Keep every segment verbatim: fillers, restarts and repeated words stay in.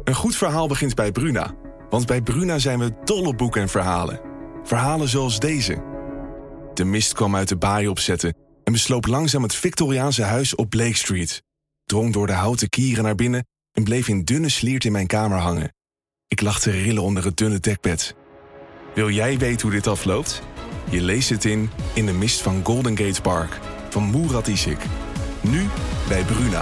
Een goed verhaal begint bij Bruna. Want bij Bruna zijn we dol op boeken en verhalen. Verhalen zoals deze. De mist kwam uit de baai opzetten en besloop langzaam het Victoriaanse huis op Blake Street. Drong door de houten kieren naar binnen en bleef in dunne sliert in mijn kamer hangen. Ik lag te rillen onder het dunne dekbed. Wil jij weten hoe dit afloopt? Je leest het in In de mist van Golden Gate Park van Murat Isik. Nu bij Bruna.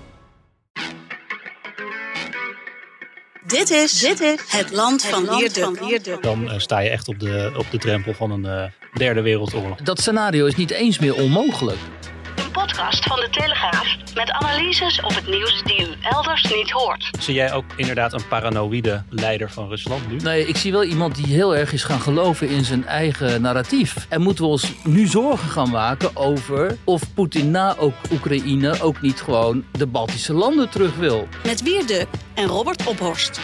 Dit is, dit is het land van Wierduk. Dan uh, sta je echt op de, op de drempel van een uh, derde wereldoorlog. Dat scenario is niet eens meer onmogelijk. Een podcast van de Telegraaf met analyses op het nieuws die u elders niet hoort. Zie jij ook inderdaad een paranoïde leider van Rusland nu? Nee, ik zie wel iemand die heel erg is gaan geloven in zijn eigen narratief. En moeten we ons nu zorgen gaan maken over of Poetin na ook Oekraïne ook niet gewoon de Baltische landen terug wil. Met Wierduk en Robert Ophorst.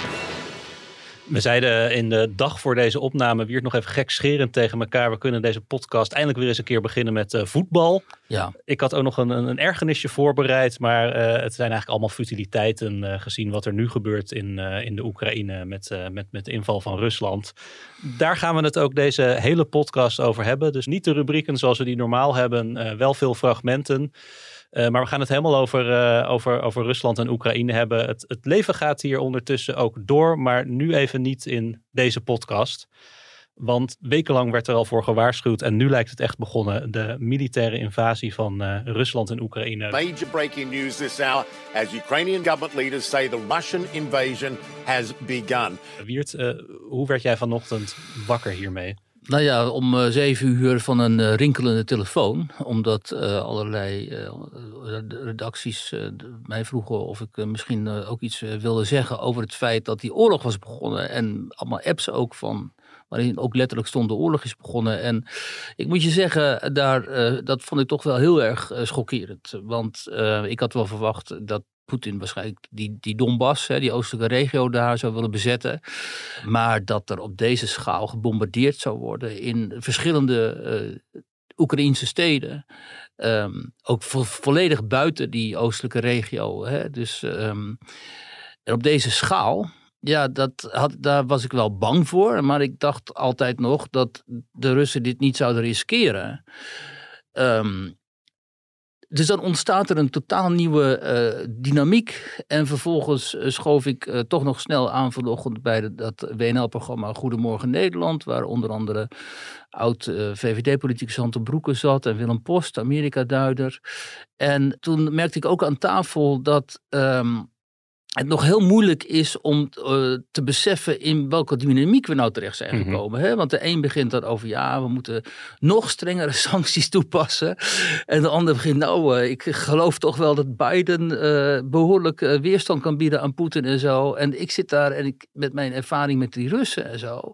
We zeiden in de dag voor deze opname weer nog even gekscherend tegen elkaar. We kunnen deze podcast eindelijk weer eens een keer beginnen met uh, voetbal. Ja. Ik had ook nog een, een ergernisje voorbereid, maar uh, het zijn eigenlijk allemaal futiliteiten uh, gezien wat er nu gebeurt in, uh, in de Oekraïne met, uh, met, met de inval van Rusland. Daar gaan we het ook deze hele podcast over hebben. Dus niet de rubrieken zoals we die normaal hebben, uh, wel veel fragmenten. Uh, maar we gaan het helemaal over, uh, over, over Rusland en Oekraïne hebben. Het, het leven gaat hier ondertussen ook door, maar nu even niet in deze podcast. Want wekenlang werd er al voor gewaarschuwd en nu lijkt het echt begonnen. De militaire invasie van uh, Rusland en Oekraïne. Major breaking news this hour as Ukrainian government leaders say the Russian invasion has begun. Wiert, uh, hoe werd jij vanochtend wakker hiermee? Nou ja, om uh, zeven uur van een uh, rinkelende telefoon. Omdat uh, allerlei uh, redacties uh, mij vroegen of ik uh, misschien uh, ook iets uh, wilde zeggen over het feit dat die oorlog was begonnen. En allemaal apps ook van, waarin ook letterlijk stond de oorlog is begonnen. En ik moet je zeggen, daar, uh, dat vond ik toch wel heel erg uh, schokkerend. Want uh, ik had wel verwacht dat Poetin waarschijnlijk die, die Donbass, hè, die oostelijke regio daar zou willen bezetten. Maar dat er op deze schaal gebombardeerd zou worden in verschillende uh, Oekraïnse steden. Um, ook vo- volledig buiten die oostelijke regio. Hè. Dus, um, en op deze schaal, ja, dat had, daar was ik wel bang voor. Maar ik dacht altijd nog dat de Russen dit niet zouden riskeren. Um, Dus dan ontstaat er een totaal nieuwe uh, dynamiek. En vervolgens uh, schoof ik uh, toch nog snel aan vanochtend bij de, dat W N L-programma Goedemorgen Nederland. Waar onder andere oud uh, V V D-politicus Santen Broeke zat en Willem Post, Amerika-duider. En toen merkte ik ook aan tafel dat Um, het nog heel moeilijk is om uh, te beseffen in welke dynamiek we nou terecht zijn gekomen. Mm-hmm. Hè? Want de een begint dan over, ja, we moeten nog strengere sancties toepassen. En de ander begint, nou, uh, ik geloof toch wel dat Biden uh, behoorlijk uh, weerstand kan bieden aan Poetin en zo. En ik zit daar en ik met mijn ervaring met die Russen en zo.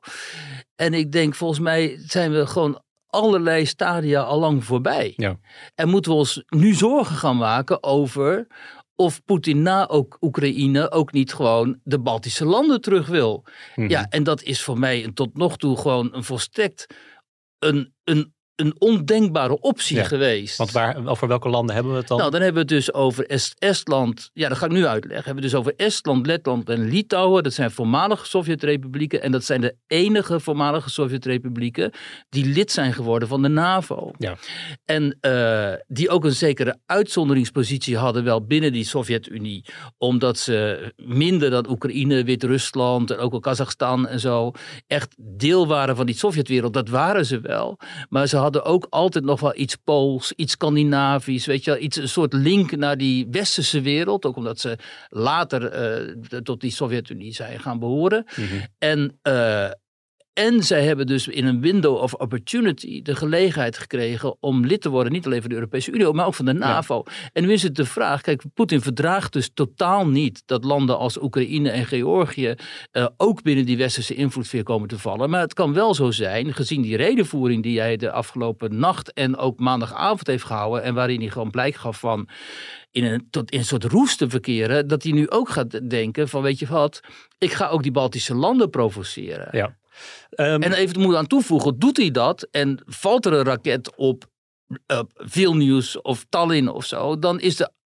En ik denk, volgens mij zijn we gewoon allerlei stadia al lang voorbij. Ja. En moeten we ons nu zorgen gaan maken over of Poetin na ook Oekraïne ook niet gewoon de Baltische landen terug wil. Mm-hmm. Ja, en dat is voor mij tot nog toe gewoon een volstrekt een, een, een ondenkbare optie ja, geweest. Want waar, over welke landen hebben we het dan? Nou, dan hebben we het dus over Est- Estland. Ja, dat ga ik nu uitleggen. Hebben we het dus over Estland, Letland en Litouwen. Dat zijn voormalige Sovjet-republieken. En dat zijn de enige voormalige Sovjet-republieken die lid zijn geworden van de NAVO. Ja. En uh, die ook een zekere uitzonderingspositie hadden wel binnen die Sovjet-Unie. Omdat ze minder dan Oekraïne, Wit-Rusland en ook al Kazachstan en zo echt deel waren van die Sovjetwereld. Dat waren ze wel. Maar ze hadden ook altijd nog wel iets Pools, iets Scandinavisch, weet je wel, iets, een soort link naar die westerse wereld, ook omdat ze later uh, tot die Sovjet-Unie zijn gaan behoren. Mm-hmm. En, uh, en zij hebben dus in een window of opportunity de gelegenheid gekregen om lid te worden, niet alleen van de Europese Unie, maar ook van de NAVO. Ja. En nu is het de vraag, kijk, Poetin verdraagt dus totaal niet dat landen als Oekraïne en Georgië uh, ook binnen die westerse invloedssfeer komen te vallen. Maar het kan wel zo zijn, gezien die redenvoering die hij de afgelopen nacht en ook maandagavond heeft gehouden en waarin hij gewoon blijk gaf van in een, tot in een soort roes te verkeren, dat hij nu ook gaat denken van, weet je wat, ik ga ook die Baltische landen provoceren. Ja. Um, en even moet aan toevoegen, doet hij dat en valt er een raket op uh, Vilnius of Tallinn of zo, dan is de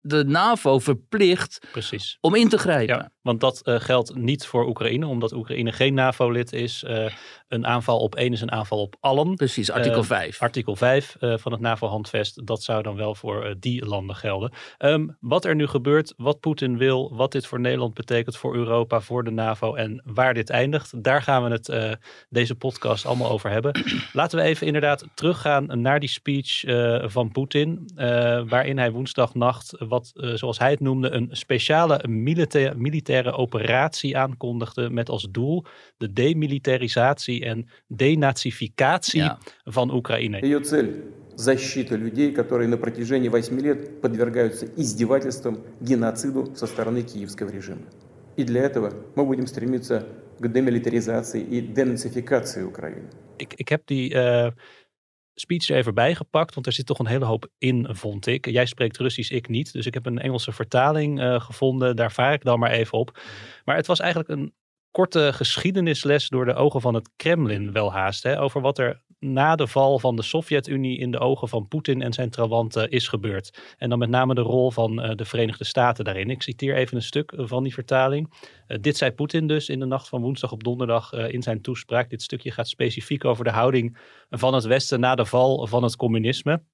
de NAVO verplicht Precies. om in te grijpen. Ja, want dat uh, geldt niet voor Oekraïne, omdat Oekraïne geen NAVO-lid is. Uh, een aanval op één is een aanval op allen. Precies, artikel uh, vijf. Artikel vijf uh, van het NAVO-handvest, dat zou dan wel voor uh, die landen gelden. Um, wat er nu gebeurt, wat Poetin wil, wat dit voor Nederland betekent, voor Europa, voor de NAVO en waar dit eindigt, daar gaan we het uh, deze podcast allemaal over hebben. Laten we even inderdaad teruggaan naar die speech uh, van Poetin, uh, waarin hij woensdagnacht, wat uh, zoals hij het noemde, een speciale milita- militaire operatie aankondigde met als doel de demilitarisatie en denazificatie ja. van Oekraïne. Ее цель – защита людей, которые на протяжении восьми лет подвергаются издевательствам, геноциду со стороны киевского режима. И для этого мы будем стремиться к демилитаризации и денацификации Украины. Ik, ik heb die uh, speech er even bijgepakt, want er zit toch een hele hoop in, vond ik. Jij spreekt Russisch, ik niet. Dus ik heb een Engelse vertaling uh, gevonden. Daar vaar ik dan maar even op. Maar het was eigenlijk een korte geschiedenisles door de ogen van het Kremlin wel haast. Hè, over wat er na de val van de Sovjet-Unie in de ogen van Poetin en zijn trawanten is gebeurd. En dan met name de rol van uh, de Verenigde Staten daarin. Ik citeer even een stuk van die vertaling. Uh, dit zei Poetin dus in de nacht van woensdag op donderdag uh, in zijn toespraak. Dit stukje gaat specifiek over de houding van het Westen na de val van het communisme.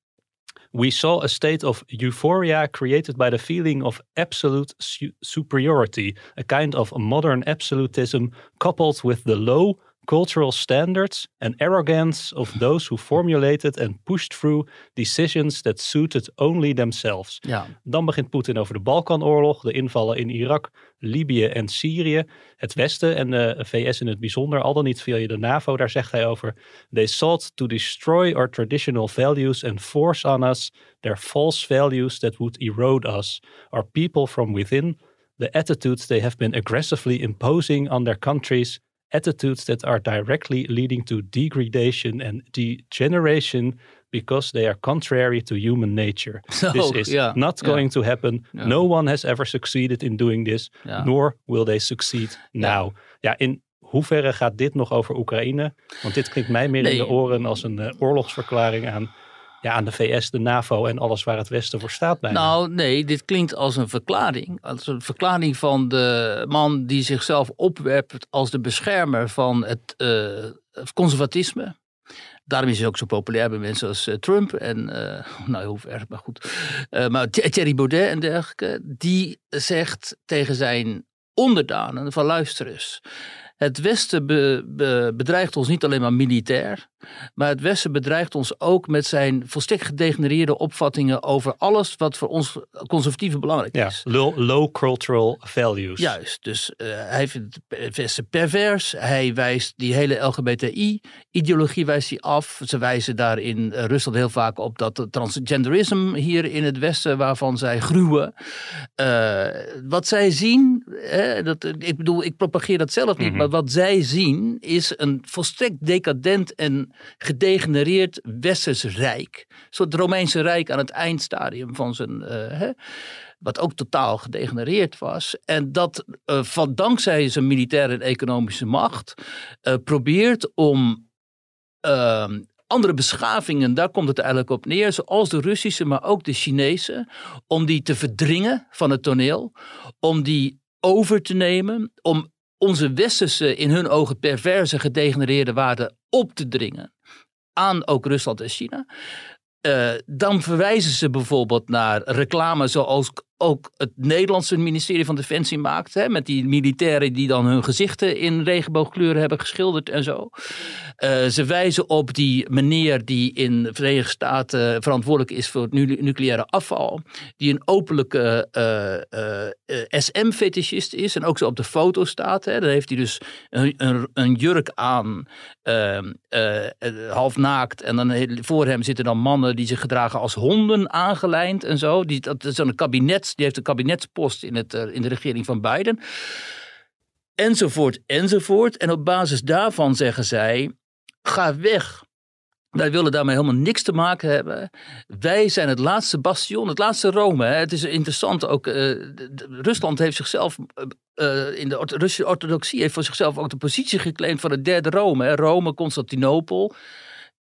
We saw a state of euphoria created by the feeling of absolute su- superiority, a kind of modern absolutism coupled with the low cultural standards and arrogance of those who formulated and pushed through decisions that suited only themselves. Ja. Dan begint Poetin over de Balkanoorlog, de invallen in Irak, Libië en Syrië, het Westen en de V S in het bijzonder, al dan niet via de NAVO. Daar zegt hij over: They sought to destroy our traditional values and force on us their false values that would erode us, our people from within, the attitudes they have been aggressively imposing on their countries, attitudes that are directly leading to degradation and degeneration because they are contrary to human nature. So, this is yeah, not going yeah. to happen. Yeah. No one has ever succeeded in doing this, yeah. nor will they succeed now. Ja, in hoeverre gaat dit nog over Oekraïne? Want dit klinkt mij meer nee. in de oren als een uh, oorlogsverklaring aan, ja, aan de V S, de NAVO en alles waar het Westen voor staat bijna. Nou, nee, dit klinkt als een verklaring. Als een verklaring van de man die zichzelf opwerpt als de beschermer van het uh, conservatisme. Daarom is hij ook zo populair bij mensen als uh, Trump en, uh, nou hoe ver, maar goed. Uh, maar Thierry Baudet en dergelijke, die zegt tegen zijn onderdanen van luister eens. Het Westen be, be, bedreigt ons niet alleen maar militair, maar het Westen bedreigt ons ook met zijn volstrekt gedegenereerde opvattingen over alles wat voor ons conservatieven belangrijk is. Ja, low, low cultural values. Juist, dus uh, hij vindt het Westen pervers, hij wijst die hele L G B T I-ideologie wijst hij af. Ze wijzen daar in uh, Rusland heel vaak op dat de transgenderisme hier in het Westen, waarvan zij gruwen. Uh, wat zij zien, hè, dat, ik bedoel, ik propageer dat zelf niet, mm-hmm. maar wat zij zien is een volstrekt decadent en gedegenereerd Westers rijk. Een soort Romeinse rijk aan het eindstadium van zijn... Uh, hè, wat ook totaal gedegenereerd was. En dat uh, van dankzij zijn militaire en economische macht uh, probeert om uh, andere beschavingen, daar komt het eigenlijk op neer, zoals de Russische, maar ook de Chinese, om die te verdringen van het toneel, om die over te nemen, om onze westerse, in hun ogen perverse, gedegenereerde waarden op te dringen aan ook Rusland en China. Uh, dan verwijzen ze bijvoorbeeld naar reclame zoals ook het Nederlandse ministerie van Defensie maakt. Hè, met die militairen die dan hun gezichten in regenboogkleuren hebben geschilderd en zo. Uh, ze wijzen op die meneer die in de Verenigde Staten verantwoordelijk is voor het nu- nucleaire afval. Die een openlijke uh, uh, uh, S M-fetischist is en ook zo op de foto staat. Hè. Dan heeft hij dus een, een, een jurk aan, uh, uh, half naakt. En dan voor hem zitten dan mannen die zich gedragen als honden aangelijnd en zo. Die, dat is dan een kabinet. Die heeft een kabinetspost in, het, in de regering van Biden. Enzovoort, enzovoort. En op basis daarvan zeggen zij, ga weg. Wij willen daarmee helemaal niks te maken hebben. Wij zijn het laatste bastion, het laatste Rome. Hè. Het is interessant ook, uh, de, de, Rusland heeft zichzelf, uh, in de Russische orthodoxie heeft voor zichzelf ook de positie geclaimd van het derde Rome. Hè. Rome, Constantinopel.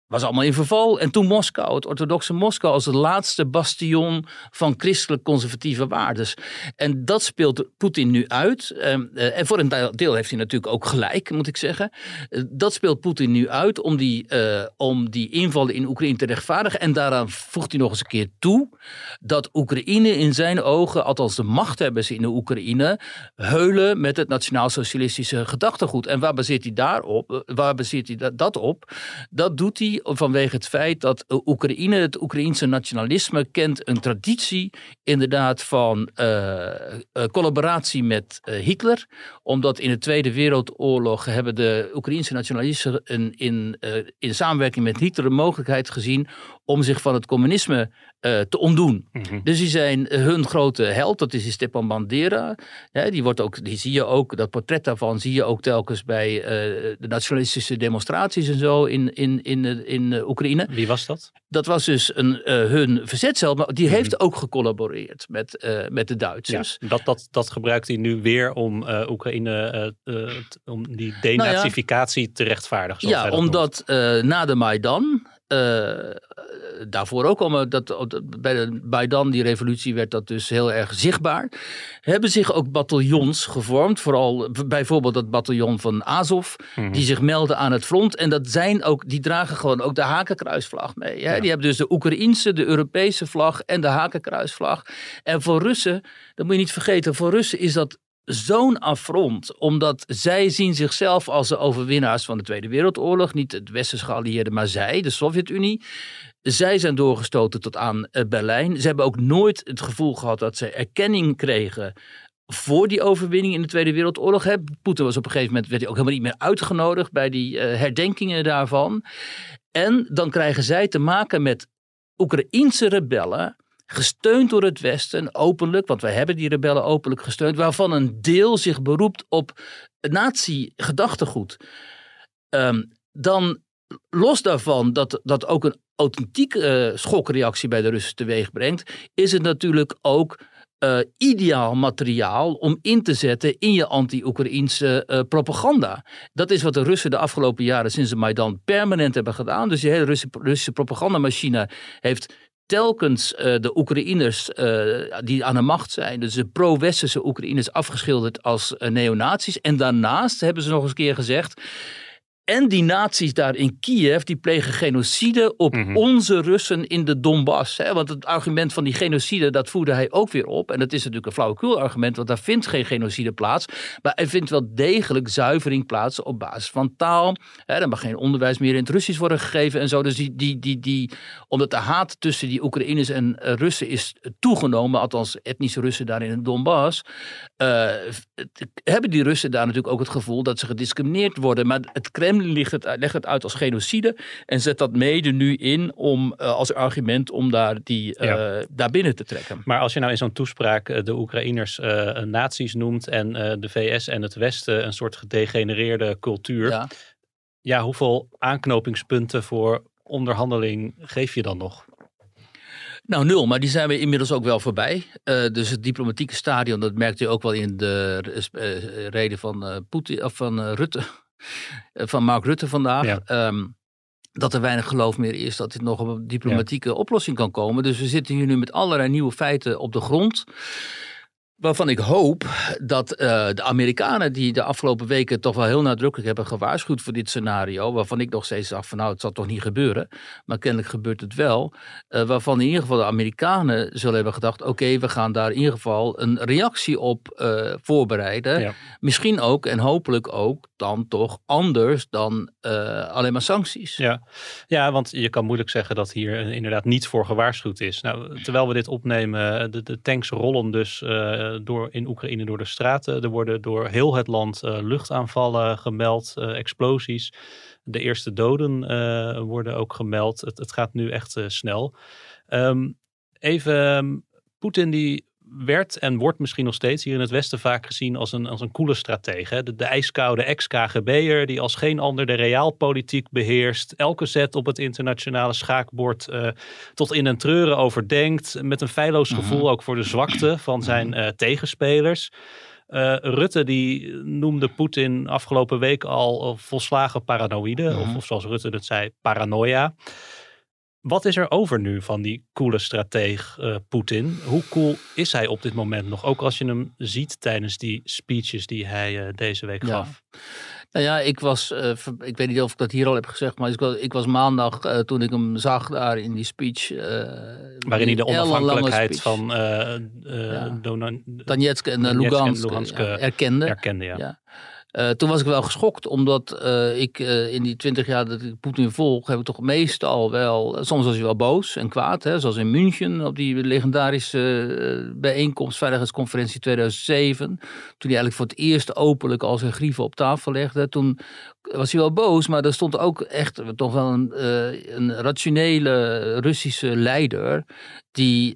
was allemaal in verval. En toen Moskou, het orthodoxe Moskou, als het laatste bastion van christelijk-conservatieve waardes. En dat speelt Poetin nu uit. En voor een deel heeft hij natuurlijk ook gelijk, moet ik zeggen. Dat speelt Poetin nu uit om die, uh, om die invallen in Oekraïne te rechtvaardigen. En daaraan voegt hij nog eens een keer toe dat Oekraïne in zijn ogen, althans de machthebbers in de Oekraïne, heulen met het nationaal-socialistische gedachtegoed. En waar baseert hij daarop? Waar baseert hij dat op? Dat doet hij vanwege het feit dat Oekraïne, het Oekraïense nationalisme, kent een traditie inderdaad van uh, uh, collaboratie met uh, Hitler. Omdat in de Tweede Wereldoorlog hebben de Oekraïense nationalisten in, in, uh, in samenwerking met Hitler de mogelijkheid gezien om zich van het communisme uh, te ontdoen. Mm-hmm. Dus die zijn uh, hun grote held, dat is Stepan Bandera. Ja, die, wordt ook, die zie je ook, dat portret daarvan zie je ook telkens bij uh, de nationalistische demonstraties en zo in, in, in, in uh, Oekraïne. Wie was dat? Dat was dus een, uh, hun verzetsheld, maar die mm-hmm. heeft ook gecollaboreerd met, uh, met de Duitsers. Ja, dat, dat, dat gebruikt hij nu weer om uh, Oekraïne, uh, uh, om die denazificatie nou ja, te rechtvaardigen. Ja, omdat uh, na de Maidan, Uh, daarvoor ook al, dat, bij de Maidan, die revolutie, werd dat dus heel erg zichtbaar. Hebben zich ook bataljons gevormd, vooral bijvoorbeeld dat bataljon van Azov, mm-hmm. die zich melden aan het front. En dat zijn ook, die dragen gewoon ook de hakenkruisvlag mee. Hè? Ja. Die hebben dus de Oekraïense, de Europese vlag en de hakenkruisvlag. En voor Russen, dat moet je niet vergeten, voor Russen is dat zo'n affront, omdat zij zien zichzelf als de overwinnaars van de Tweede Wereldoorlog. Niet het westerse geallieerden, maar zij, de Sovjet-Unie. Zij zijn doorgestoten tot aan Berlijn. Ze hebben ook nooit het gevoel gehad dat ze erkenning kregen voor die overwinning in de Tweede Wereldoorlog. Poetin was op een gegeven moment, werd hij ook helemaal niet meer uitgenodigd bij die uh, herdenkingen daarvan. En dan krijgen zij te maken met Oekraïense rebellen, gesteund door het Westen, openlijk, want wij hebben die rebellen openlijk gesteund, waarvan een deel zich beroept op nazi-gedachtegoed. Um, dan, los daarvan dat dat ook een authentieke uh, schokreactie bij de Russen teweeg brengt, is het natuurlijk ook Uh, ideaal materiaal om in te zetten in je anti-Oekraïense uh, propaganda. Dat is wat de Russen de afgelopen jaren sinds de Maidan permanent hebben gedaan. Dus die hele Russische, Russische propagandamachine heeft telkens uh, de Oekraïners uh, die aan de macht zijn, dus de pro-westerse Oekraïners, afgeschilderd als uh, neonazies. En daarnaast hebben ze nog eens een keer gezegd, en die nazi's daar in Kiev, die plegen genocide op mm-hmm. onze Russen in de Donbass. Hè? Want het argument van die genocide, dat voerde hij ook weer op. En dat is natuurlijk een flauwekul argument, want daar vindt geen genocide plaats. Maar er vindt wel degelijk zuivering plaats op basis van taal. Hè? Er mag geen onderwijs meer in het Russisch worden gegeven en zo. Dus die, die, die, die, omdat de haat tussen die Oekraïners en uh, Russen is toegenomen, althans etnische Russen daar in de Donbass, uh, hebben die Russen daar natuurlijk ook het gevoel dat ze gediscrimineerd worden. Maar het Kremlin Ligt het, legt het uit als genocide en zet dat mede nu in om, uh, als argument om daar, die, uh, ja. daar binnen te trekken. Maar als je nou in zo'n toespraak uh, de Oekraïners uh, nazi's noemt en uh, de V S en het Westen een soort gedegenereerde cultuur. Ja. ja, hoeveel aanknopingspunten voor onderhandeling geef je dan nog? Nou, nul, maar die zijn we inmiddels ook wel voorbij. Uh, dus het diplomatieke stadion, dat merkte je ook wel in de uh, reden van, uh, Poetin, of van uh, Rutte. Van Mark Rutte vandaag. Ja. Um, dat er weinig geloof meer is dat dit nog op een diplomatieke ja. oplossing kan komen. Dus we zitten hier nu met allerlei nieuwe feiten op de grond. Waarvan ik hoop dat uh, de Amerikanen, die de afgelopen weken toch wel heel nadrukkelijk hebben gewaarschuwd voor dit scenario, waarvan ik nog steeds dacht van nou, het zal toch niet gebeuren, maar kennelijk gebeurt het wel, uh, waarvan in ieder geval de Amerikanen zullen hebben gedacht, oké, okay, we gaan daar in ieder geval een reactie op uh, voorbereiden. Ja. Misschien ook en hopelijk ook dan toch anders dan uh, alleen maar sancties. Ja. ja, want je kan moeilijk zeggen dat hier inderdaad niet voor gewaarschuwd is. Nou, terwijl we dit opnemen, de, de tanks rollen dus uh, Door, in Oekraïne door de straten. Er worden door heel het land uh, luchtaanvallen gemeld, uh, explosies. De eerste doden uh, worden ook gemeld. Het, het gaat nu echt uh, snel. Um, even, um, Poetin die werd en wordt misschien nog steeds hier in het Westen vaak gezien als een, als een coole stratege. Hè? De, de ijskoude ex-K G B'er die als geen ander de realpolitiek beheerst. Elke zet op het internationale schaakbord uh, tot in een treuren overdenkt. Met een feilloos gevoel ook voor de zwakte van zijn uh, tegenspelers. Uh, Rutte die noemde Poetin afgelopen week al uh, volslagen paranoïde. Mm-hmm. Of, of zoals Rutte het zei, paranoia. Wat is er over nu van die coole strateeg uh, Poetin? Hoe cool is hij op dit moment nog? Ook als je hem ziet tijdens die speeches die hij uh, deze week ja. gaf. Nou ja, ik was, uh, ik weet niet of ik dat hier al heb gezegd, maar ik was, ik was maandag uh, toen ik hem zag daar in die speech. Uh, Waarin hij de onafhankelijkheid van uh, uh, ja. Donan- Donetsk en uh, Lugansk, Lugansk uh, erkende. erkende ja. Ja. Uh, toen was ik wel geschokt, omdat uh, ik uh, in die twintig jaar dat ik Poetin volg, heb ik toch meestal wel, soms was hij wel boos en kwaad, hè, zoals in München op die legendarische uh, bijeenkomst, veiligheidsconferentie tweeduizend zeven, toen hij eigenlijk voor het eerst openlijk al zijn grieven op tafel legde. Toen was hij wel boos, maar er stond ook echt toch wel een, uh, een rationele Russische leider die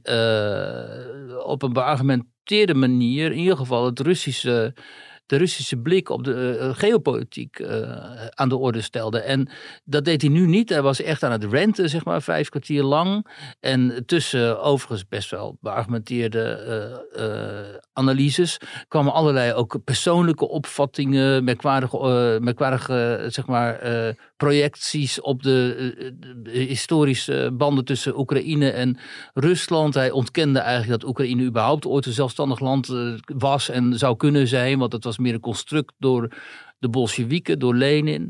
uh, op een beargumenteerde manier in ieder geval het Russische de Russische blik op de uh, geopolitiek uh, aan de orde stelde. En dat deed hij nu niet. Hij was echt aan het renten, zeg maar, vijf kwartier lang. En tussen overigens best wel beargumenteerde uh, uh, analyses kwamen allerlei ook persoonlijke opvattingen, merkwaardige, uh, merkwaardige uh, zeg maar, uh, projecties op de, uh, de historische banden tussen Oekraïne en Rusland. Hij ontkende eigenlijk dat Oekraïne überhaupt ooit een zelfstandig land uh, was en zou kunnen zijn, want het was meer een construct door de Bolsjewieken, door Lenin.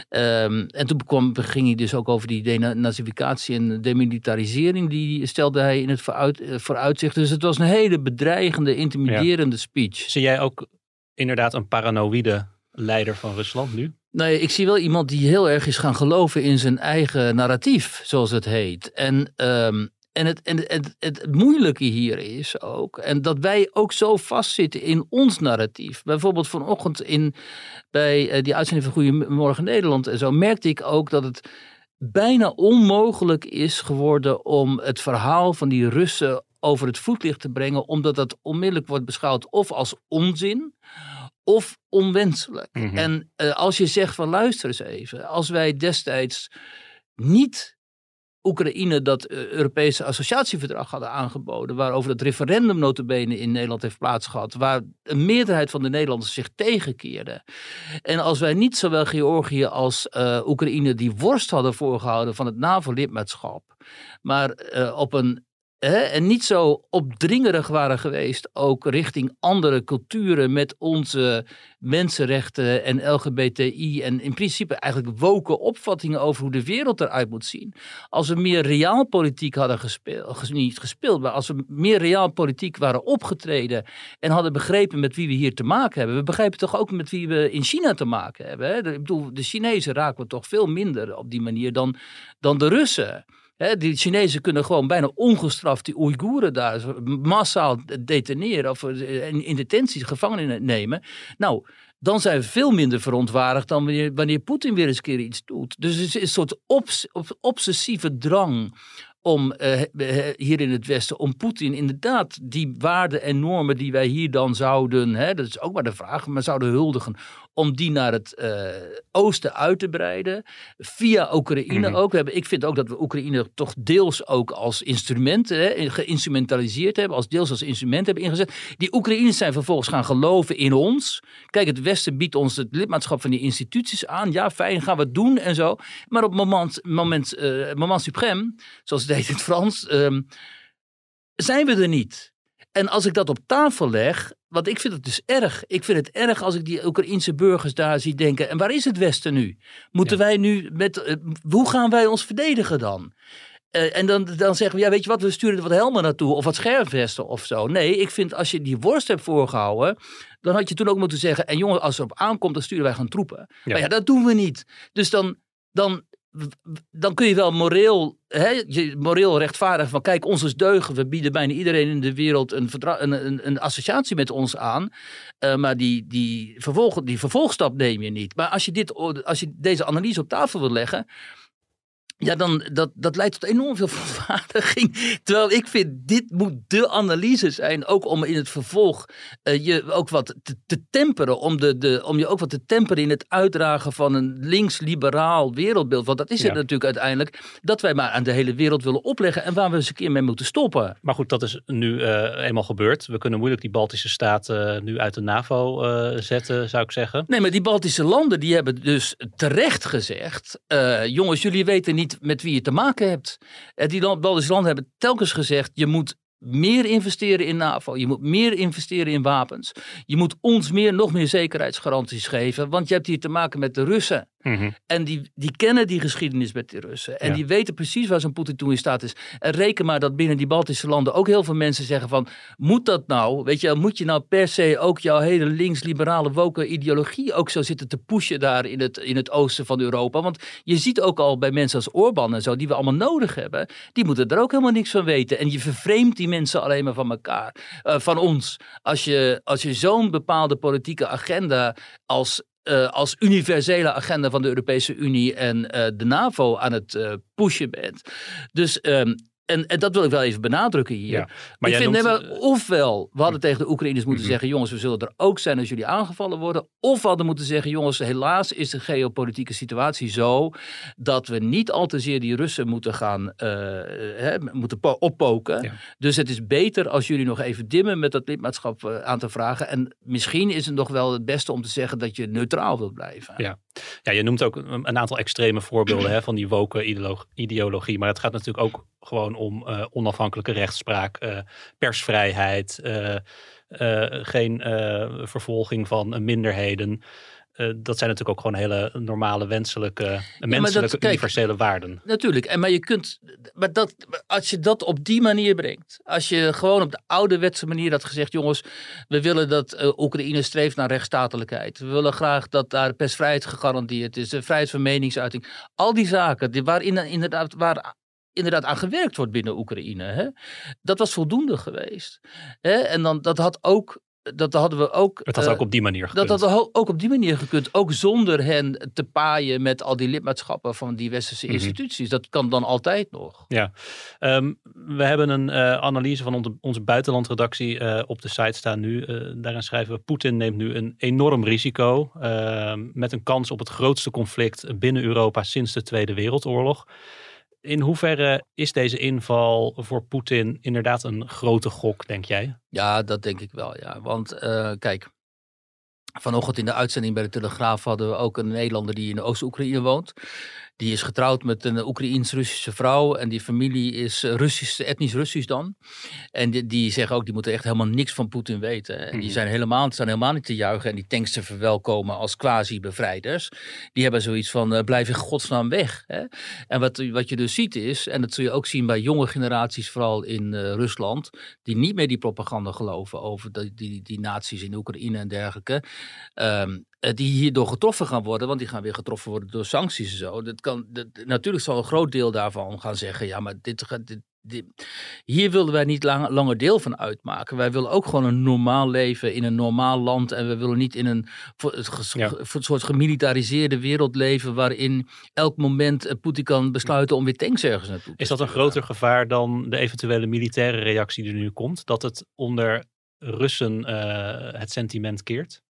Um, en toen kwam, ging hij dus ook over die denazificatie en demilitarisering. Die stelde hij in het vooruit, vooruitzicht. Dus het was een hele bedreigende, intimiderende ja. speech. Zie jij ook inderdaad een paranoïde leider van Rusland nu? Nee, ik zie wel iemand die heel erg is gaan geloven in zijn eigen narratief, zoals het heet. En... Um, En, het, en het, het, het moeilijke hier is ook, en dat wij ook zo vastzitten in ons narratief. Bijvoorbeeld vanochtend in, bij uh, die uitzending van Goedemorgen Nederland en zo, merkte ik ook dat het bijna onmogelijk is geworden om het verhaal van die Russen over het voetlicht te brengen, omdat dat onmiddellijk wordt beschouwd of als onzin of onwenselijk. Mm-hmm. En uh, als je zegt van luister eens even, als wij destijds niet Oekraïne dat uh, Europese associatieverdrag hadden aangeboden, waarover dat referendum nota bene in Nederland heeft plaatsgehad, waar een meerderheid van de Nederlanders zich tegenkeerde. En als wij niet zowel Georgië als uh, Oekraïne die worst hadden voorgehouden van het NAVO-lidmaatschap, maar uh, op een He, en niet zo opdringerig waren geweest, ook richting andere culturen met onze mensenrechten en L G B T I en in principe eigenlijk woke opvattingen over hoe de wereld eruit moet zien. Als we meer realpolitiek hadden gespeeld, niet gespeeld, maar als we meer realpolitiek waren opgetreden en hadden begrepen met wie we hier te maken hebben. We begrijpen toch ook met wie we in China te maken hebben. Hè? Ik bedoel, de Chinezen raken we toch veel minder op die manier dan, dan de Russen. He, die Chinezen kunnen gewoon bijna ongestraft die Oeigoeren daar massaal deteneren of in detentie gevangen nemen. Nou, dan zijn we veel minder verontwaardigd dan wanneer, wanneer Poetin weer eens een keer iets doet. Dus er is een soort obs, obsessieve drang om uh, hier in het Westen, om Poetin inderdaad die waarden en normen die wij hier dan zouden, hè, dat is ook maar de vraag, maar zouden huldigen, om die naar het uh, oosten uit te breiden, via Oekraïne mm-hmm. ook. We hebben, ik vind ook dat we Oekraïne toch deels ook als instrument hè, geïnstrumentaliseerd hebben, als deels als instrument hebben ingezet. Die Oekraïners zijn vervolgens gaan geloven in ons. Kijk, het Westen biedt ons het lidmaatschap van die instituties aan. Ja, fijn, gaan we het doen en zo. Maar op moment, moment, uh, moment suprême, zoals het heet in het Frans, um, zijn we er niet. En als ik dat op tafel leg, want ik vind het dus erg. Ik vind het erg als ik die Oekraïense burgers daar zie denken, en waar is het Westen nu? Moeten ja. wij nu met, uh, hoe gaan wij ons verdedigen dan? Uh, en dan, dan zeggen we, ja, weet je wat, we sturen er wat helmen naartoe of wat scherfvesten of zo. Nee, ik vind als je die worst hebt voorgehouden, dan had je toen ook moeten zeggen, en jongen, als het op aankomt, dan sturen wij gaan troepen. Ja. Maar ja, dat doen we niet. Dus dan, dan, dan kun je wel moreel, hè, je moreel rechtvaardig van, kijk, ons is deugen, we bieden bijna iedereen in de wereld een, verdra- een, een, een associatie met ons aan. Uh, maar die, die, vervolg, die vervolgstap neem je niet. Maar als je, dit, als je deze analyse op tafel wil leggen, Ja, dan, dat, dat leidt tot enorm veel verontwaardiging. Terwijl ik vind, dit moet de analyse zijn. Ook om in het vervolg uh, je ook wat te, te temperen. Om, de, de, om je ook wat te temperen in het uitdragen van een links-liberaal wereldbeeld. Want dat is ja. het natuurlijk uiteindelijk. Dat wij maar aan de hele wereld willen opleggen. En waar we eens een keer mee moeten stoppen. Maar goed, dat is nu uh, eenmaal gebeurd. We kunnen moeilijk die Baltische staten uh, nu uit de NAVO uh, zetten, zou ik zeggen. Nee, maar die Baltische landen die hebben dus terecht gezegd. Uh, jongens, jullie weten niet met wie je te maken hebt. Die Baltische landen hebben telkens gezegd, je moet meer investeren in NAVO. Je moet meer investeren in wapens. Je moet ons meer, nog meer zekerheidsgaranties geven. Want je hebt hier te maken met de Russen. Mm-hmm. En die, die kennen die geschiedenis met die Russen. En ja. die weten precies waar zo'n Poetin toe in staat is. En reken maar dat binnen die Baltische landen ook heel veel mensen zeggen van, moet dat nou? Weet je, moet je nou per se ook jouw hele links-liberale woke ideologie ook zo zitten te pushen daar in het, in het oosten van Europa? Want je ziet ook al bij mensen als Orbán en zo, die we allemaal nodig hebben, die moeten er ook helemaal niks van weten. En je vervreemdt die mensen alleen maar van elkaar, uh, van ons. Als je, als je zo'n bepaalde politieke agenda als Uh, als universele agenda van de Europese Unie en uh, de NAVO aan het uh, pushen bent. Dus, um, en, en dat wil ik wel even benadrukken hier. Ja, maar ik vind, noemt... nee, ofwel, we hadden tegen de Oekraïners moeten mm-hmm. zeggen, jongens, we zullen er ook zijn als jullie aangevallen worden. Of we hadden moeten zeggen, jongens, helaas is de geopolitieke situatie zo dat we niet al te zeer die Russen moeten gaan uh, hè, moeten po- oppoken. Ja. Dus het is beter als jullie nog even dimmen met dat lidmaatschap uh, aan te vragen. En misschien is het nog wel het beste om te zeggen dat je neutraal wilt blijven. Ja. Ja, je noemt ook een aantal extreme voorbeelden hè, van die woke ideolo- ideologie. Maar het gaat natuurlijk ook gewoon om uh, onafhankelijke rechtspraak, uh, persvrijheid, uh, uh, geen uh, vervolging van minderheden. Uh, dat zijn natuurlijk ook gewoon hele normale, wenselijke, ja, menselijke, dat, kijk, universele waarden. Natuurlijk, en maar je kunt, maar dat, als je dat op die manier brengt, als je gewoon op de ouderwetse manier had gezegd, jongens, we willen dat uh, Oekraïne streeft naar rechtsstatelijkheid. We willen graag dat daar persvrijheid gegarandeerd is, de vrijheid van meningsuiting. Al die zaken, die waarin inderdaad, waar inderdaad aan gewerkt wordt binnen Oekraïne. Hè? Dat was voldoende geweest. Hè? En dan, dat had ook Dat hadden we ook. Het had uh, ook op die manier gekund. Dat hadden we ook op die manier gekund. Ook zonder hen te paaien met al die lidmaatschappen van die westerse mm-hmm. instituties. Dat kan dan altijd nog. Ja, um, we hebben een uh, analyse van onze, onze buitenlandredactie uh, op de site staan nu. Uh, daarin schrijven we: Poetin neemt nu een enorm risico uh, met een kans op het grootste conflict binnen Europa sinds de Tweede Wereldoorlog. In hoeverre is deze inval voor Poetin inderdaad een grote gok, denk jij? Ja, dat denk ik wel, ja. Want uh, kijk, vanochtend in de uitzending bij de Telegraaf hadden we ook een Nederlander die in Oost-Oekraïne woont. Die is getrouwd met een Oekraïens-Russische vrouw. En die familie is Russisch, etnisch Russisch dan. En die, die zeggen ook, die moeten echt helemaal niks van Poetin weten. En die zijn helemaal, staan helemaal niet te juichen en die tanks te verwelkomen als quasi-bevrijders. Die hebben zoiets van, uh, blijf in godsnaam weg. Hè? En wat, wat je dus ziet is, en dat zul je ook zien bij jonge generaties, vooral in uh, Rusland, die niet meer die propaganda geloven over die, die, die nazi's in Oekraïne en dergelijke. Um, die hierdoor getroffen gaan worden, want die gaan weer getroffen worden door sancties en zo. Dat kan, dat, natuurlijk zal een groot deel daarvan gaan zeggen, ja, maar dit, dit, dit, hier willen wij niet lang, langer deel van uitmaken. Wij willen ook gewoon een normaal leven in een normaal land en we willen niet in een ja. soort gemilitariseerde wereld leven waarin elk moment Poetin kan besluiten om weer tanks ergens naartoe te Is dat een groter gevaar dan de eventuele militaire reactie die er nu komt? Dat het onder Russen uh, het sentiment keert?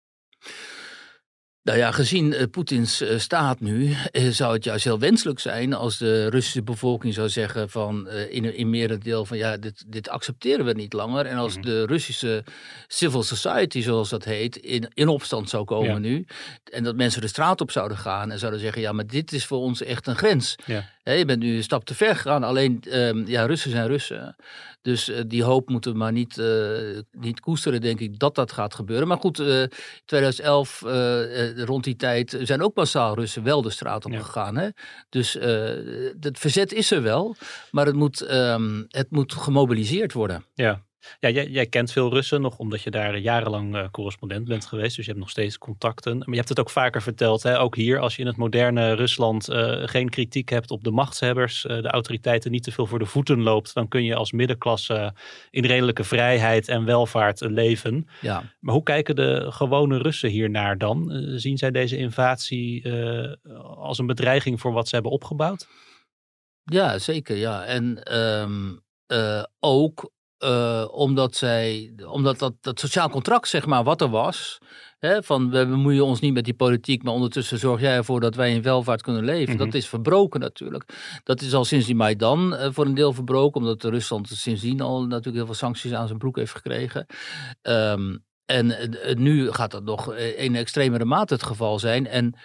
Nou ja, gezien uh, Poetins uh, staat nu, uh, zou het juist heel wenselijk zijn als de Russische bevolking zou zeggen van uh, in, in merendeel van ja, dit, dit accepteren we niet langer. En als mm-hmm. de Russische civil society, zoals dat heet, in, in opstand zou komen ja. nu. En dat mensen de straat op zouden gaan en zouden zeggen, ja, maar dit is voor ons echt een grens. Ja. He, je bent nu een stap te ver gegaan, alleen um, ja, Russen zijn Russen. Dus uh, die hoop moeten we maar niet, uh, niet koesteren, denk ik, dat dat gaat gebeuren. Maar goed, uh, twintig elf, uh, uh, rond die tijd, zijn ook massaal Russen wel de straat op ja. gegaan. Hè? Dus uh, het verzet is er wel, maar het moet, um, het moet gemobiliseerd worden. Ja. Ja, jij, jij kent veel Russen nog, omdat je daar jarenlang uh, correspondent bent geweest. Dus je hebt nog steeds contacten. Maar je hebt het ook vaker verteld, hè? Ook hier, als je in het moderne Rusland uh, geen kritiek hebt op de machtshebbers, uh, de autoriteiten niet te veel voor de voeten loopt, dan kun je als middenklasse uh, in redelijke vrijheid en welvaart uh, leven. Ja. Maar hoe kijken de gewone Russen hiernaar dan? Uh, zien zij deze invasie uh, als een bedreiging voor wat ze hebben opgebouwd? Ja, zeker. Ja. En um, uh, ook uh, omdat zij, omdat dat, dat sociaal contract, zeg maar, wat er was. Hè, van we bemoeien ons niet met die politiek, maar ondertussen zorg jij ervoor dat wij in welvaart kunnen leven. Mm-hmm. Dat is verbroken natuurlijk. Dat is al sinds die Maidan uh, voor een deel verbroken, omdat Rusland sindsdien al natuurlijk heel veel sancties aan zijn broek heeft gekregen. Um, En uh, nu gaat dat nog in extremere mate het geval zijn. En uh,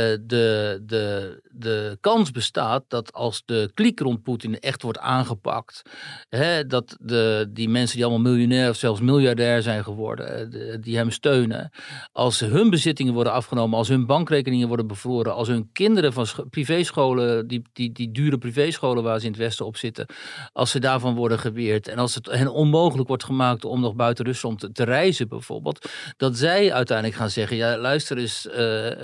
de, de, de kans bestaat dat als de kliek rond Poetin echt wordt aangepakt, hè, dat de, die mensen die allemaal miljonair of zelfs miljardair zijn geworden, de, die hem steunen, als hun bezittingen worden afgenomen, als hun bankrekeningen worden bevroren, als hun kinderen van scho- privéscholen, die, die, die dure privéscholen waar ze in het Westen op zitten, als ze daarvan worden geweerd en als het hen onmogelijk wordt gemaakt om nog buiten Rusland te, te reizen bijvoorbeeld, Bijvoorbeeld, dat zij uiteindelijk gaan zeggen, ja luister eens uh,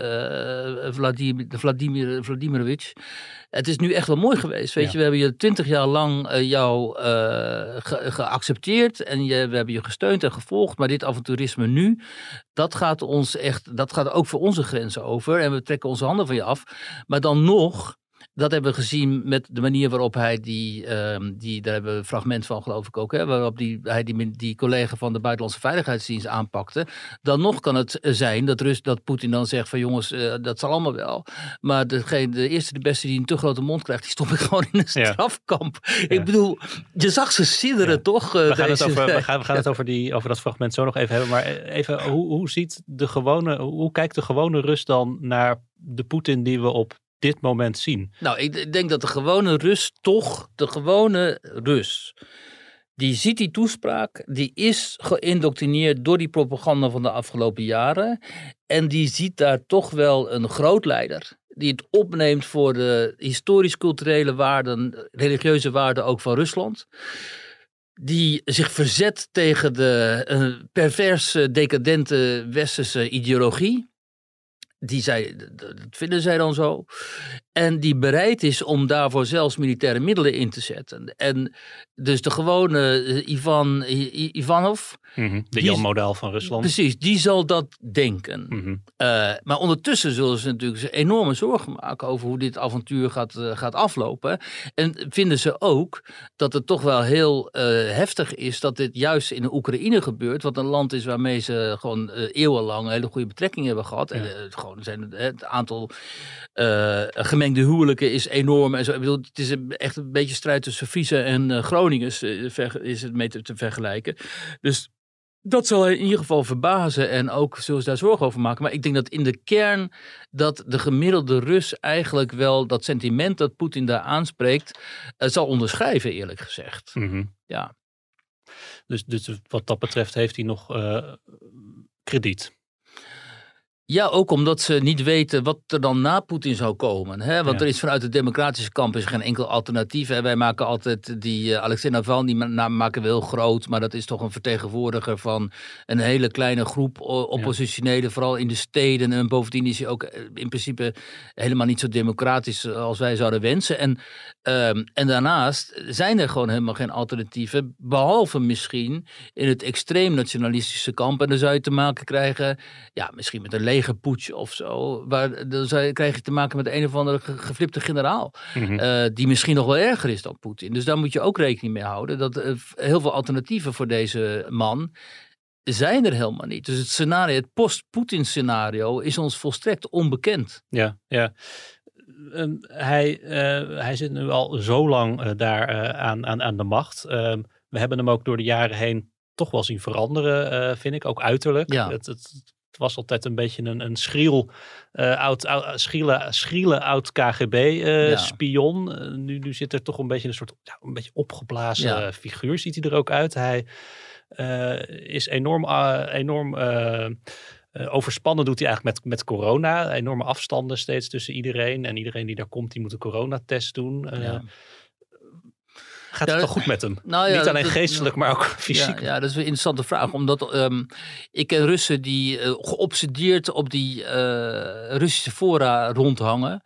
uh, Vladimir, Vladimir, Vladimirovich, het is nu echt wel mooi geweest, weet ja. je, we hebben je twintig jaar lang uh, jou uh, ge- geaccepteerd en je, we hebben je gesteund en gevolgd, maar dit avonturisme nu, dat gaat ons echt, dat gaat ook voor onze grenzen over en we trekken onze handen van je af, maar dan nog, dat hebben we gezien met de manier waarop hij die, um, die daar hebben we een fragment van geloof ik ook, hè, waarop die, hij die, die collega van de Buitenlandse Veiligheidsdienst aanpakte. Dan nog kan het zijn dat, Rus, dat Poetin dan zegt van jongens, uh, dat zal allemaal wel. Maar degene, de eerste de beste die een te grote mond krijgt, die stop ik gewoon in een strafkamp. Ja. Ik ja. bedoel, je zag ze sidderen ja. toch? Uh, we, gaan deze, het over, we gaan, we gaan het over, die, over dat fragment zo nog even hebben. Maar even, hoe, hoe ziet de gewone, hoe kijkt de gewone Rus dan naar de Poetin die we op dit moment zien? Nou, ik denk dat de gewone Rus toch, de gewone Rus, die ziet die toespraak, die is geïndoctrineerd door die propaganda van de afgelopen jaren en die ziet daar toch wel een groot leider die het opneemt voor de historisch-culturele waarden, religieuze waarden ook van Rusland. Die zich verzet tegen de uh, perverse, decadente westerse ideologie. Die zij, dat vinden zij dan zo. En die bereid is om daarvoor zelfs militaire middelen in te zetten. En dus de gewone uh, Ivan I- Ivanov. Mm-hmm. De Jan Modaal van Rusland. Precies, die zal dat denken. Mm-hmm. Uh, maar ondertussen zullen ze natuurlijk enorme zorgen maken over hoe dit avontuur gaat, uh, gaat aflopen. En vinden ze ook dat het toch wel heel uh, heftig is dat dit juist in de Oekraïne gebeurt. Wat een land is waarmee ze gewoon uh, eeuwenlang hele goede betrekkingen hebben gehad. Ja. En uh, gewoon zijn het aantal uh, gemengde huwelijken is enorm. En zo. Ik bedoel, het is een, echt een beetje strijd tussen Friese en uh, Groningers uh, ver, is het mee te, te vergelijken. Dus dat zal in ieder geval verbazen en ook zullen ze daar zorgen over maken. Maar ik denk dat in de kern dat de gemiddelde Rus eigenlijk wel dat sentiment dat Poetin daar aanspreekt uh, zal onderschrijven, eerlijk gezegd. Mm-hmm. Ja. Dus, dus wat dat betreft heeft hij nog uh, krediet. Ja, ook omdat ze niet weten wat er dan na Poetin zou komen. Hè? Want ja. er is vanuit de democratische kamp is geen enkel alternatief. Hè? Wij maken altijd die uh, Alexei Navalny naam maken we heel groot. Maar dat is toch een vertegenwoordiger van een hele kleine groep oppositionelen. Ja. Vooral in de steden. En bovendien is hij ook in principe helemaal niet zo democratisch als wij zouden wensen. En, um, en daarnaast zijn er gewoon helemaal geen alternatieven. Behalve misschien in het extreem nationalistische kamp. En dan zou je te maken krijgen, ja, misschien met een leger legerputsch of zo, waar, dan krijg je te maken met een of andere geflipte generaal, mm-hmm. uh, die misschien nog wel erger is dan Poetin. Dus daar moet je ook rekening mee houden, dat uh, heel veel alternatieven voor deze man zijn er helemaal niet. Dus het scenario, het post-Poetin scenario is ons volstrekt onbekend. Ja, ja. Um, hij, uh, hij zit nu al zo lang uh, daar uh, aan, aan, aan de macht. Um, we hebben hem ook door de jaren heen toch wel zien veranderen, uh, vind ik, ook uiterlijk. Ja. Het, het, Het was altijd een beetje een, een schriel, uh, oud, oud, schriele, schriele oud K G B-spion. Uh, ja. uh, nu, nu zit er toch een beetje een soort ja, een beetje opgeblazen ja. figuur, ziet hij er ook uit. Hij uh, is enorm, uh, enorm uh, uh, overspannen, doet hij eigenlijk met, met corona. Enorme afstanden steeds tussen iedereen. En iedereen die daar komt, die moet een coronatest doen. Uh, ja. Gaat het ja, toch goed met hem? Nou ja, Niet alleen dat, geestelijk, maar ook fysiek. Ja, ja, dat is een interessante vraag. Omdat um, ik ken Russen die uh, geobsedeerd op die uh, Russische fora rondhangen.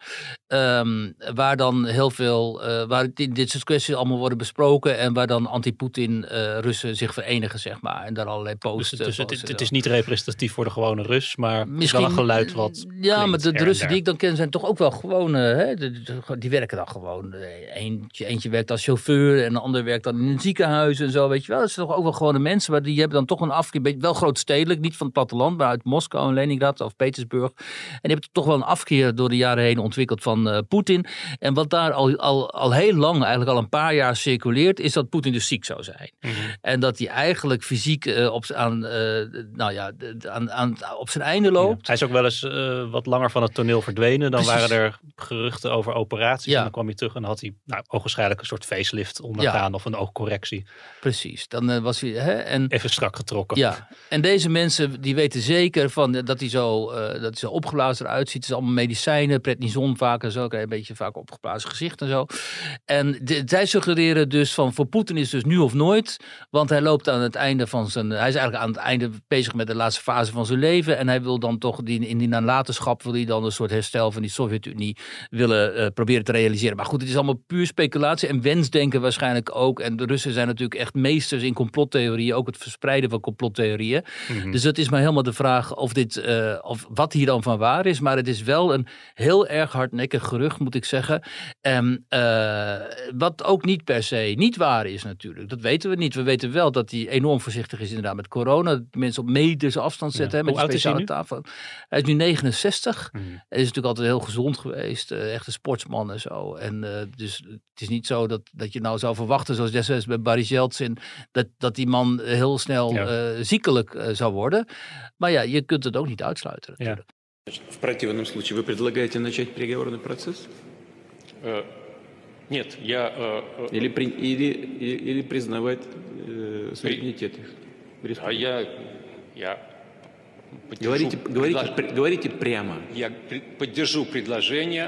Um, waar dan heel veel, uh, waar dit, dit soort kwesties allemaal worden besproken en waar dan anti-Poetin uh, Russen zich verenigen, zeg maar. En daar allerlei posts. Dus, dus het, het, het is niet representatief voor de gewone Rus, maar misschien wel een geluid wat Ja, maar de, de Russen die ik dan ken zijn toch ook wel gewoon, uh, hè, de, de, die werken dan gewoon. Eentje, eentje werkt als chauffeur en de ander werkt dan in een ziekenhuis en zo, weet je wel. Dat zijn toch ook wel gewone mensen, maar die hebben dan toch een afkeer, wel grootstedelijk, niet van het platteland, maar uit Moskou en Leningrad of Petersburg. En die hebben toch wel een afkeer door de jaren heen ontwikkeld van Uh, Poetin. En wat daar al, al, al heel lang, eigenlijk al een paar jaar circuleert, is dat Poetin dus ziek zou zijn. Mm-hmm. En dat hij eigenlijk fysiek uh, op, aan, uh, nou ja, aan, aan, op zijn einde loopt. Ja. Hij is ook wel eens uh, wat langer van het toneel verdwenen. Dan Precies. waren er geruchten over operaties. Ja. En dan kwam hij terug en dan had hij nou, ogenschijnlijk een soort facelift ondergaan ja. of een oogcorrectie. Precies. Dan uh, was hij hè, en, even strak getrokken. Ja. En deze mensen die weten zeker van dat hij zo, uh, dat hij zo opgeblazen eruit ziet. Het is allemaal medicijnen, prednison vaak en zo. Krijg je een beetje vaak opgeblazen gezicht en zo. En de, zij suggereren dus van voor Poetin is dus nu of nooit. Want hij loopt aan het einde van zijn. Hij is eigenlijk aan het einde bezig met de laatste fase van zijn leven. En hij wil dan toch die, in die nalatenschap wil hij dan een soort herstel van die Sovjet-Unie willen uh, proberen te realiseren. Maar goed, het is allemaal puur speculatie en wensdenken waarschijnlijk ook. En de Russen zijn natuurlijk echt meesters in complottheorieën. Ook het verspreiden van complottheorieën. Mm-hmm. Dus het is maar helemaal de vraag of dit, uh, of wat hier dan van waar is. Maar het is wel een heel erg hardnekkig gerucht, moet ik zeggen. Um, uh, wat ook niet per se niet waar is natuurlijk. Dat weten we niet. We weten wel dat hij enorm voorzichtig is inderdaad met corona. Dat mensen op meters afstand zetten. Ja. Hè, met Hoe oud is hij nu? Tafel. Hij is nu negenenzestig. Mm. Hij is natuurlijk altijd heel gezond geweest. Uh, echt een sportsman en zo. En uh, dus het is niet zo dat, dat je nou zou verwachten, zoals destijds bij Boris Yeltsin, dat, dat die man heel snel ja. uh, ziekelijk uh, zou worden. Maar ja, je kunt het ook niet uitsluiten natuurlijk. Ja. В противном случае вы предлагаете начать переговорный процесс? Э, нет, я... Э, или, при, или, или, или признавать э, суверенитет их? А я... я говорите, говорите, предлож... при, говорите прямо. Я поддержу предложение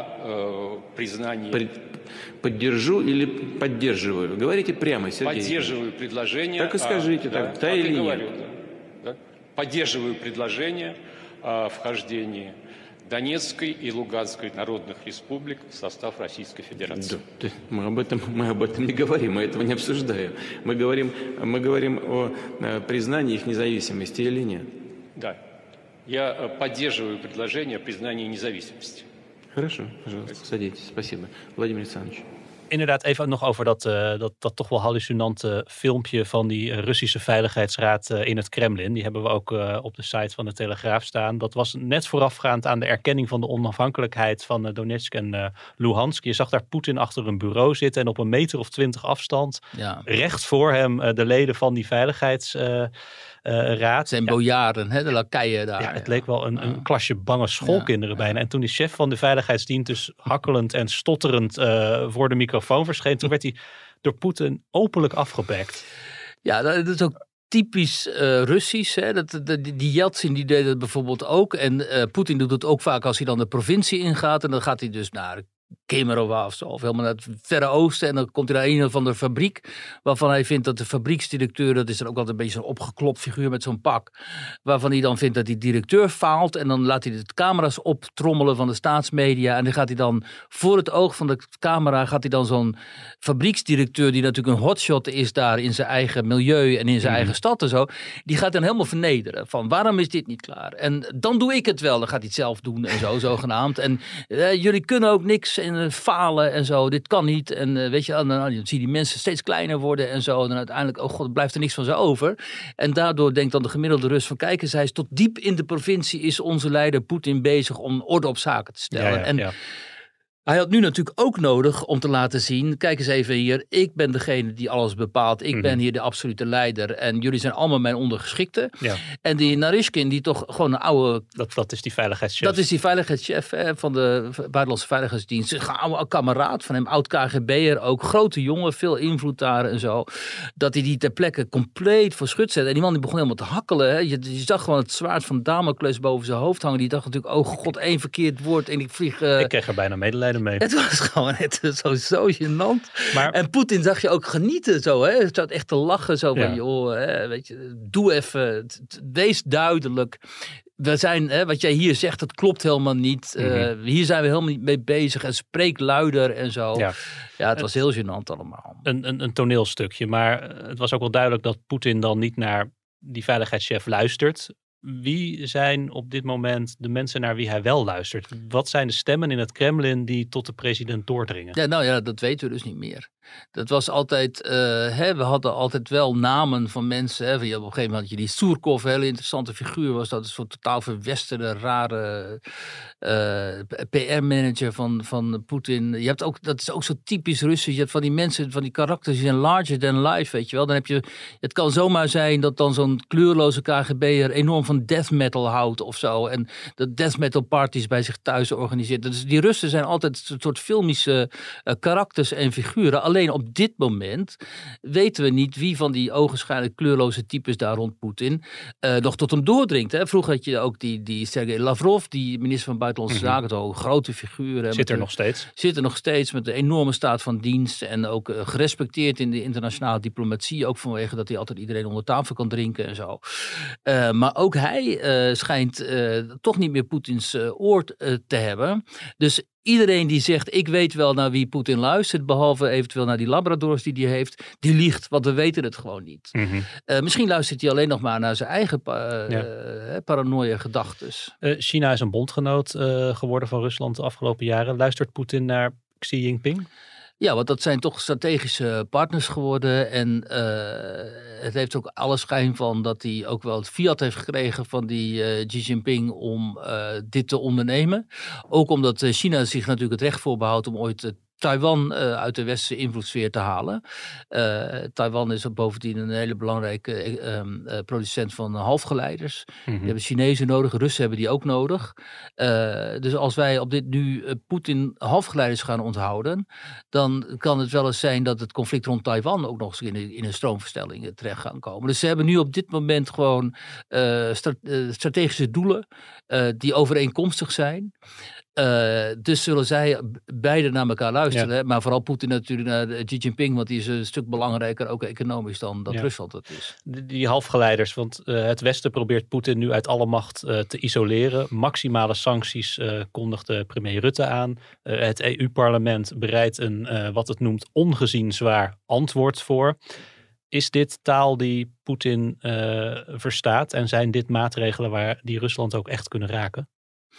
о э, признании... При, поддержу или поддерживаю? Говорите прямо, Сергей. Поддерживаю предложение... Так и скажите, о, так, да, да так или нет? Говорю, да, да. Поддерживаю предложение о вхождении Донецкой и Луганской народных республик в состав Российской Федерации. Да, мы об этом, мы об этом не говорим, мы этого не обсуждаем. Мы говорим, мы говорим о признании их независимости или нет. Да, я поддерживаю предложение о признании независимости. Хорошо, пожалуйста, садитесь. Спасибо. Владимир Александрович. Inderdaad, even nog over dat, uh, dat, dat toch wel hallucinante filmpje van die Russische Veiligheidsraad uh, in het Kremlin. Die hebben we ook uh, op de site van de Telegraaf staan. Dat was net voorafgaand aan de erkenning van de onafhankelijkheid van uh, Donetsk en uh, Luhansk. Je zag daar Poetin achter een bureau zitten en op een meter of twintig afstand, ja. recht voor hem uh, de leden van die Veiligheidsraad. Uh, raad. Zijn ja. bojaren, hè, de lakeien daar. Ja, het ja. leek wel een, een klasje bange schoolkinderen ja, bijna. Ja. En toen die chef van de veiligheidsdienst dus hakkelend en stotterend uh, voor de microfoon verscheen, toen werd hij door Poetin openlijk afgebekt. Ja, dat is ook typisch uh, Russisch. Hè? Dat, dat, die Yeltsin die deed het bijvoorbeeld ook. En uh, Poetin doet het ook vaak als hij dan de provincie ingaat. En dan gaat hij dus naar Kemerovo of zo, of helemaal naar het Verre Oosten. En dan komt hij naar een of andere fabriek, waarvan hij vindt dat de fabrieksdirecteur, dat is dan ook altijd een beetje zo'n opgeklopt figuur met zo'n pak, waarvan hij dan vindt dat die directeur faalt. En dan laat hij de camera's optrommelen van de staatsmedia. En dan gaat hij dan voor het oog van de camera, gaat hij dan zo'n fabrieksdirecteur, die natuurlijk een hotshot is daar in zijn eigen milieu en in zijn mm. eigen stad en zo, die gaat dan helemaal vernederen. Van waarom is dit niet klaar? En dan doe ik het wel. Dan gaat hij het zelf doen en zo, zogenaamd. En uh, jullie kunnen ook niks en falen en zo, dit kan niet. En uh, weet je, dan, dan, dan zie je die mensen steeds kleiner worden en zo. En dan uiteindelijk, oh god, blijft er niks van ze over. En daardoor denkt dan de gemiddelde Rus van, kijk eens, hij is tot diep in de provincie, is onze leider Poetin bezig om orde op zaken te stellen. Ja, ja, en ja. Hij had nu natuurlijk ook nodig om te laten zien, kijk eens even hier, ik ben degene die alles bepaalt. Ik mm-hmm. ben hier de absolute leider en jullie zijn allemaal mijn ondergeschikten. Ja. En die Naryshkin, die toch gewoon een oude... Dat, dat is die veiligheidschef. Dat is die veiligheidschef hè, van de Buitenlandse Veiligheidsdienst. Een oude kameraad van hem, oud K G B'er ook. Grote jongen, veel invloed daar en zo. Dat hij die ter plekke compleet voor schut zet. En die man die begon helemaal te hakkelen. Hè. Je, je zag gewoon het zwaard van Damocles boven zijn hoofd hangen. Die dacht natuurlijk, oh god, één verkeerd woord en ik vlieg... Uh... Ik kreeg er bijna medelijden medelijden mee. Het was gewoon het, zo, zo gênant. Maar, en Poetin zag je ook genieten zo. Hè? Het zat echt te lachen zo van, Ja. joh, hè, weet je, doe even, t- t- wees duidelijk. We zijn, hè, wat jij hier zegt, dat klopt helemaal niet. Uh, Mhm. Hier zijn we helemaal niet mee bezig. En spreek luider en zo. Ja. Ja, het was heel gênant allemaal. Een, een, een toneelstukje, maar het was ook wel duidelijk dat Poetin dan niet naar die veiligheidschef luistert. Wie zijn op dit moment de mensen naar wie hij wel luistert? Wat zijn de stemmen in het Kremlin die tot de president doordringen? Ja, nou ja, dat weten we dus niet meer. Dat was altijd, uh, hè, we hadden altijd wel namen van mensen. Hè. Op een gegeven moment had je die Surkov, een hele interessante figuur was dat. Een soort totaal verwesterde, rare uh, P R-manager van, van Poetin. Je hebt ook, dat is ook zo typisch Russisch. Je hebt van die mensen, van die karakters, die zijn larger than life, weet je wel. Dan heb je, het kan zomaar zijn dat dan zo'n kleurloze K G B'er enorm van death metal houdt of zo. En dat death metal parties bij zich thuis organiseert. Dus die Russen zijn altijd een soort filmische uh, karakters en figuren. Alleen op dit moment weten we niet wie van die ogenschijnlijk kleurloze types daar rond Poetin uh, nog tot hem doordringt. Hè. Vroeger had je ook die, die Sergei Lavrov, die minister van Buitenlandse Mm-hmm. Zaken, toch een grote figuur. Zit er nog steeds. Zit er nog steeds met een enorme staat van dienst en ook uh, gerespecteerd in de internationale diplomatie. Ook vanwege dat hij altijd iedereen onder tafel kan drinken en zo. Uh, maar ook hij uh, schijnt uh, toch niet meer Poetins uh, oor uh, te hebben. Dus iedereen die zegt, ik weet wel naar wie Poetin luistert, behalve eventueel naar die labradors die hij heeft, die liegt, want we weten het gewoon niet. Mm-hmm. Uh, misschien luistert hij alleen nog maar naar zijn eigen pa- Ja. uh, paranoia gedachtes. Uh, China is een bondgenoot uh, geworden van Rusland de afgelopen jaren. Luistert Poetin naar Xi Jinping? Ja, want dat zijn toch strategische partners geworden. En uh, het heeft ook alle schijn van dat hij ook wel het fiat heeft gekregen van die uh, Xi Jinping om uh, dit te ondernemen. Ook omdat uh, China zich natuurlijk het recht voorbehoudt om ooit uh, Taiwan uh, uit de westerse invloedssfeer te halen. Uh, Taiwan is bovendien een hele belangrijke uh, uh, producent van halfgeleiders. Mm-hmm. Die hebben Chinezen nodig, Russen hebben die ook nodig. Uh, dus als wij op dit nu uh, Poetin halfgeleiders gaan onthouden, dan kan het wel eens zijn dat het conflict rond Taiwan ook nog eens in, in een stroomverstelling terecht gaan komen. Dus ze hebben nu op dit moment gewoon uh, stra- uh, strategische doelen uh, die overeenkomstig zijn. Uh, dus zullen zij beide naar elkaar luisteren. Ja. Hè? Maar vooral Poetin natuurlijk naar Xi Jinping, want die is een stuk belangrijker, ook economisch, dan dat Ja. Rusland dat is. Die, die halfgeleiders, want uh, het Westen probeert Poetin nu uit alle macht uh, te isoleren. Maximale sancties uh, kondigde premier Rutte aan. Uh, het E U-parlement bereidt een, uh, wat het noemt, ongezien zwaar antwoord voor. Is dit taal die Poetin uh, verstaat en zijn dit maatregelen waar die Rusland ook echt kunnen raken?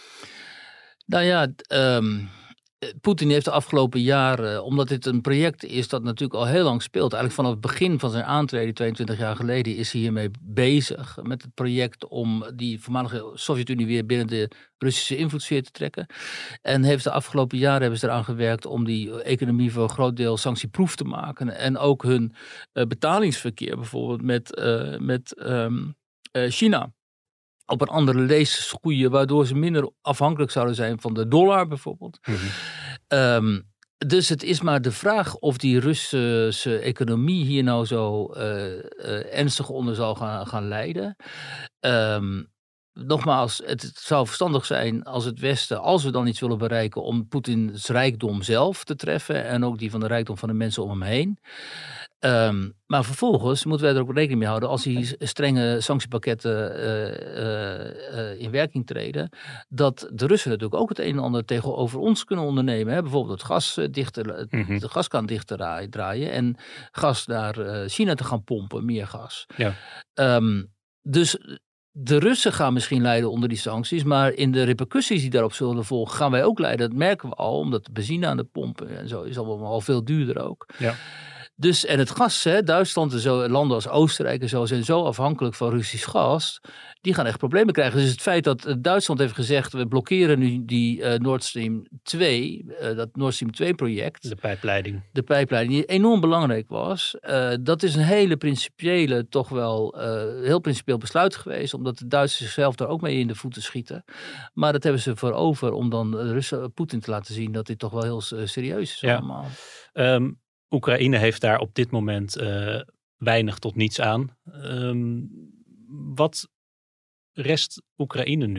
Nou ja, um, Poetin heeft de afgelopen jaren, omdat dit een project is dat natuurlijk al heel lang speelt, eigenlijk vanaf het begin van zijn aantreden tweeëntwintig jaar geleden is hij hiermee bezig met het project om die voormalige Sovjet-Unie weer binnen de Russische invloedssfeer te trekken. En heeft de afgelopen jaren hebben ze eraan gewerkt om die economie voor een groot deel sanctieproef te maken en ook hun uh, betalingsverkeer bijvoorbeeld met, uh, met um, uh, China op een andere lees schoeien, waardoor ze minder afhankelijk zouden zijn van de dollar bijvoorbeeld. Mm-hmm. Um, dus het is maar de vraag of die Russische economie hier nou zo uh, uh, ernstig onder zal gaan, gaan lijden. Um, Nogmaals, het zou verstandig zijn als het Westen, als we dan iets willen bereiken, om Poetins rijkdom zelf te treffen en ook die van de rijkdom van de mensen om hem heen. Um, maar vervolgens moeten wij er ook rekening mee houden als die strenge sanctiepakketten uh, uh, uh, in werking treden, dat de Russen natuurlijk ook het een en ander tegenover ons kunnen ondernemen. Hè? Bijvoorbeeld het gas uh, dichter, mm-hmm. de gaskraan dichter draaien en gas naar uh, China te gaan pompen, meer gas. Ja. Um, dus de Russen gaan misschien lijden onder die sancties, maar in de repercussies die daarop zullen volgen gaan wij ook lijden. Dat merken we al, omdat de benzine aan de pompen en zo is allemaal al veel duurder ook. Ja. Dus, en het gas, hè, Duitsland en zo, landen als Oostenrijk en zo zijn zo afhankelijk van Russisch gas, die gaan echt problemen krijgen. Dus het feit dat Duitsland heeft gezegd, we blokkeren nu die uh, Nord Stream twee, uh, dat Nord Stream twee project. De pijpleiding. De pijpleiding, die enorm belangrijk was. Uh, dat is een hele principiële, toch wel uh, heel principieel besluit geweest, omdat de Duitsers zichzelf daar ook mee in de voeten schieten. Maar dat hebben ze voor over om dan Russen, Poetin te laten zien dat dit toch wel heel uh, serieus is ja. allemaal. Um, Oekraïne heeft daar op dit moment uh, weinig tot niets aan. Um, wat rest Oekraïne nu?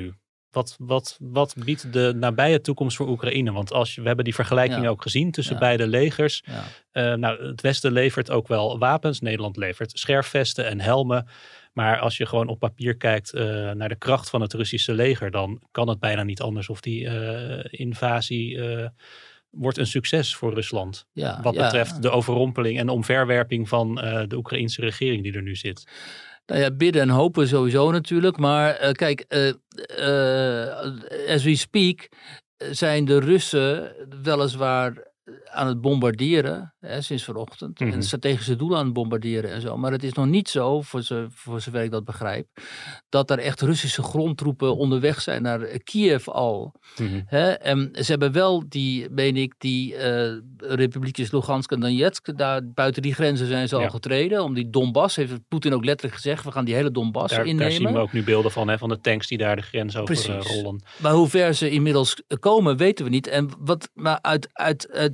Wat, wat, wat biedt de nabije toekomst voor Oekraïne? Want als je, we hebben die vergelijking ja. ook gezien tussen ja. beide legers. Ja. Uh, nou, het Westen levert ook wel wapens. Nederland levert scherfvesten en helmen. Maar als je gewoon op papier kijkt uh, naar de kracht van het Russische leger, dan kan het bijna niet anders of die uh, invasie uh, wordt een succes voor Rusland. Ja, wat ja. betreft de overrompeling en de omverwerping van uh, de Oekraïnse regering die er nu zit. Nou ja, bidden en hopen sowieso natuurlijk. Maar uh, kijk, uh, uh, as we speak zijn de Russen weliswaar aan het bombarderen, hè, sinds vanochtend. Mm-hmm. En strategische doelen aan het bombarderen en zo. Maar het is nog niet zo, voor, zo, voor zover ik dat begrijp, dat er echt Russische grondtroepen onderweg zijn naar Kiev al. Mm-hmm. Hè? En ze hebben wel die, meen ik, die uh, republiekjes Lugansk en Donetsk, daar buiten die grenzen zijn ze ja. al getreden. Om die Donbass, heeft Poetin ook letterlijk gezegd, we gaan die hele Donbass daar, innemen. Daar zien we ook nu beelden van, hè, van de tanks die daar de grens over uh, rollen. Maar hoe ver ze inmiddels komen, weten we niet. En wat, maar uit, uit, uit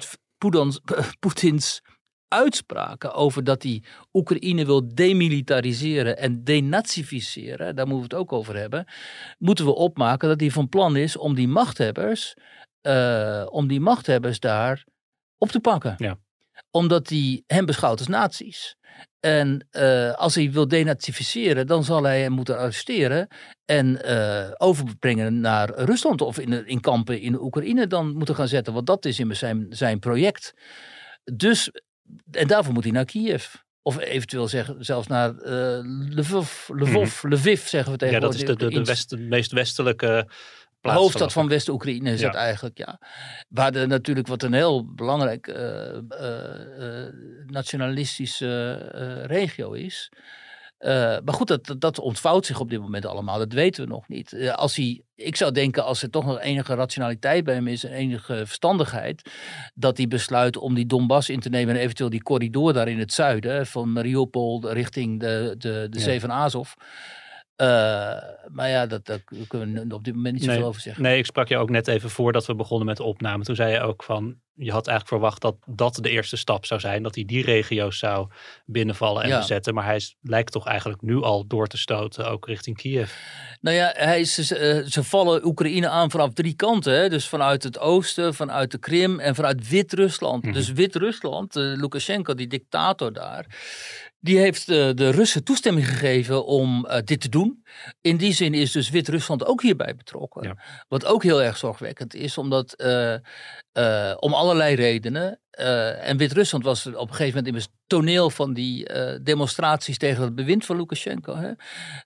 Poetins uitspraken over dat hij Oekraïne wil demilitariseren en denazificeren, daar moeten we het ook over hebben, moeten we opmaken dat hij van plan is om die machthebbers, uh, om die machthebbers daar op te pakken. Ja. Omdat hij hen beschouwt als nazi's. En uh, als hij wil denazificeren, dan zal hij hem moeten arresteren en uh, overbrengen naar Rusland of in, in kampen in Oekraïne dan moeten gaan zetten. Want dat is immers zijn, zijn project. Dus, en daarvoor moet hij naar Kiev. Of eventueel zeggen, zelfs naar uh, Lvov, Lvov, mm. Lviv zeggen we tegenwoordig. Ja, dat is de, de, de, west, de meest westelijke de hoofdstad van West-Oekraïne is ja. dat eigenlijk, ja. Waar de, natuurlijk wat een heel belangrijk uh, uh, uh, nationalistische uh, regio is. Uh, maar goed, dat, dat ontvouwt zich op dit moment allemaal. Dat weten we nog niet. Uh, als hij, ik zou denken, als er toch nog enige rationaliteit bij hem is en enige verstandigheid, dat hij besluit om die Donbass in te nemen en eventueel die corridor daar in het zuiden, van Mariupol richting de, de, de ja. zee van Azov. Uh, maar ja, dat, daar kunnen we op dit moment niet zoveel nee, over zeggen. Nee, ik sprak je ook net even voordat we begonnen met de opname. Toen zei je ook van, je had eigenlijk verwacht dat dat de eerste stap zou zijn. Dat hij die regio's zou binnenvallen en ja. bezetten. Maar hij is, lijkt toch eigenlijk nu al door te stoten, ook richting Kiev. Nou ja, hij is, uh, ze vallen Oekraïne aan vanaf drie kanten. Hè? Dus vanuit het oosten, vanuit de Krim en vanuit Wit-Rusland. Mm-hmm. Dus Wit-Rusland, uh, Lukashenko, die dictator daar, die heeft uh, de Russen toestemming gegeven om uh, dit te doen. In die zin is dus Wit-Rusland ook hierbij betrokken. Ja. Wat ook heel erg zorgwekkend is, omdat uh, uh, om allerlei redenen. Uh, en Wit-Rusland was op een gegeven moment immers toneel van die uh, demonstraties tegen het bewind van Lukashenko. Hè?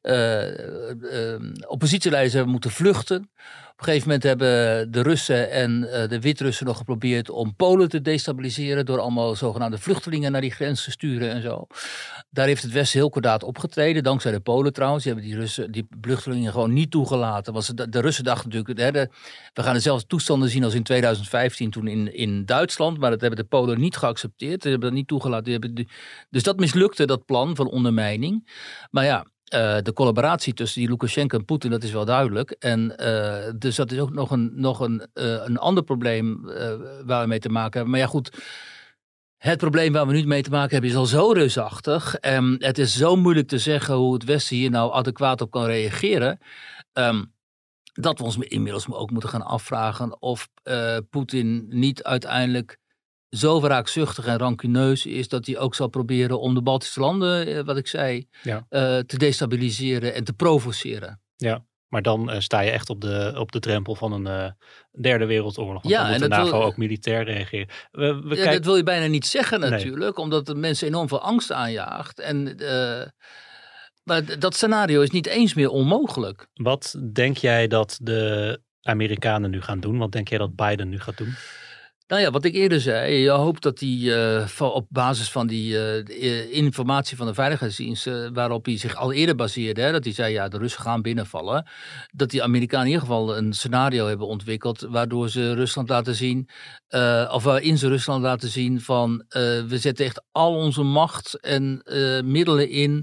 Uh, uh, oppositieleiders hebben moeten vluchten. Op een gegeven moment hebben de Russen en uh, de Wit-Russen nog geprobeerd om Polen te destabiliseren door allemaal zogenaamde vluchtelingen naar die grens te sturen en zo. Daar heeft het Westen heel kordaat opgetreden, dankzij de Polen trouwens. Die hebben die, Russen, die vluchtelingen gewoon niet toegelaten. Want de, de Russen dachten natuurlijk, hè, de, we gaan dezelfde toestanden zien als in tweeduizend vijftien toen in, in Duitsland, maar dat hebben de Polen niet geaccepteerd. Ze hebben dat niet toegelaten. Die hebben die, dus dat mislukte, dat plan van ondermijning. Maar ja, Uh, de collaboratie tussen die Lukashenko en Poetin, dat is wel duidelijk. En uh, dus dat is ook nog een, nog een, uh, een ander probleem uh, waar we mee te maken hebben. Maar ja goed, het probleem waar we nu mee te maken hebben is al zo reusachtig. En het is zo moeilijk te zeggen hoe het Westen hier nou adequaat op kan reageren. Um, dat we ons inmiddels ook moeten gaan afvragen of uh, Poetin niet uiteindelijk zo wraakzuchtig en rancuneus is dat hij ook zal proberen om de Baltische landen, wat ik zei, ja. uh, te destabiliseren en te provoceren. Ja, maar dan uh, sta je echt op de, op de drempel van een uh, derde wereldoorlog. Want ja, dan moet de NAVO wil, ook militair reageren. We, we ja, kijk... Dat wil je bijna niet zeggen natuurlijk, nee. Omdat het mensen enorm veel angst aanjaagt. En uh, maar dat scenario is niet eens meer onmogelijk. Wat denk jij dat de Amerikanen nu gaan doen? Wat denk jij dat Biden nu gaat doen? Nou ja, wat ik eerder zei, je hoopt dat hij uh, op basis van die uh, informatie van de veiligheidsdienst, uh, waarop hij zich al eerder baseerde, hè, dat hij zei, ja, de Russen gaan binnenvallen, dat die Amerikanen in ieder geval een scenario hebben ontwikkeld, waardoor ze Rusland laten zien, uh, of waarin ze Rusland laten zien van, uh, we zetten echt al onze macht en uh, middelen in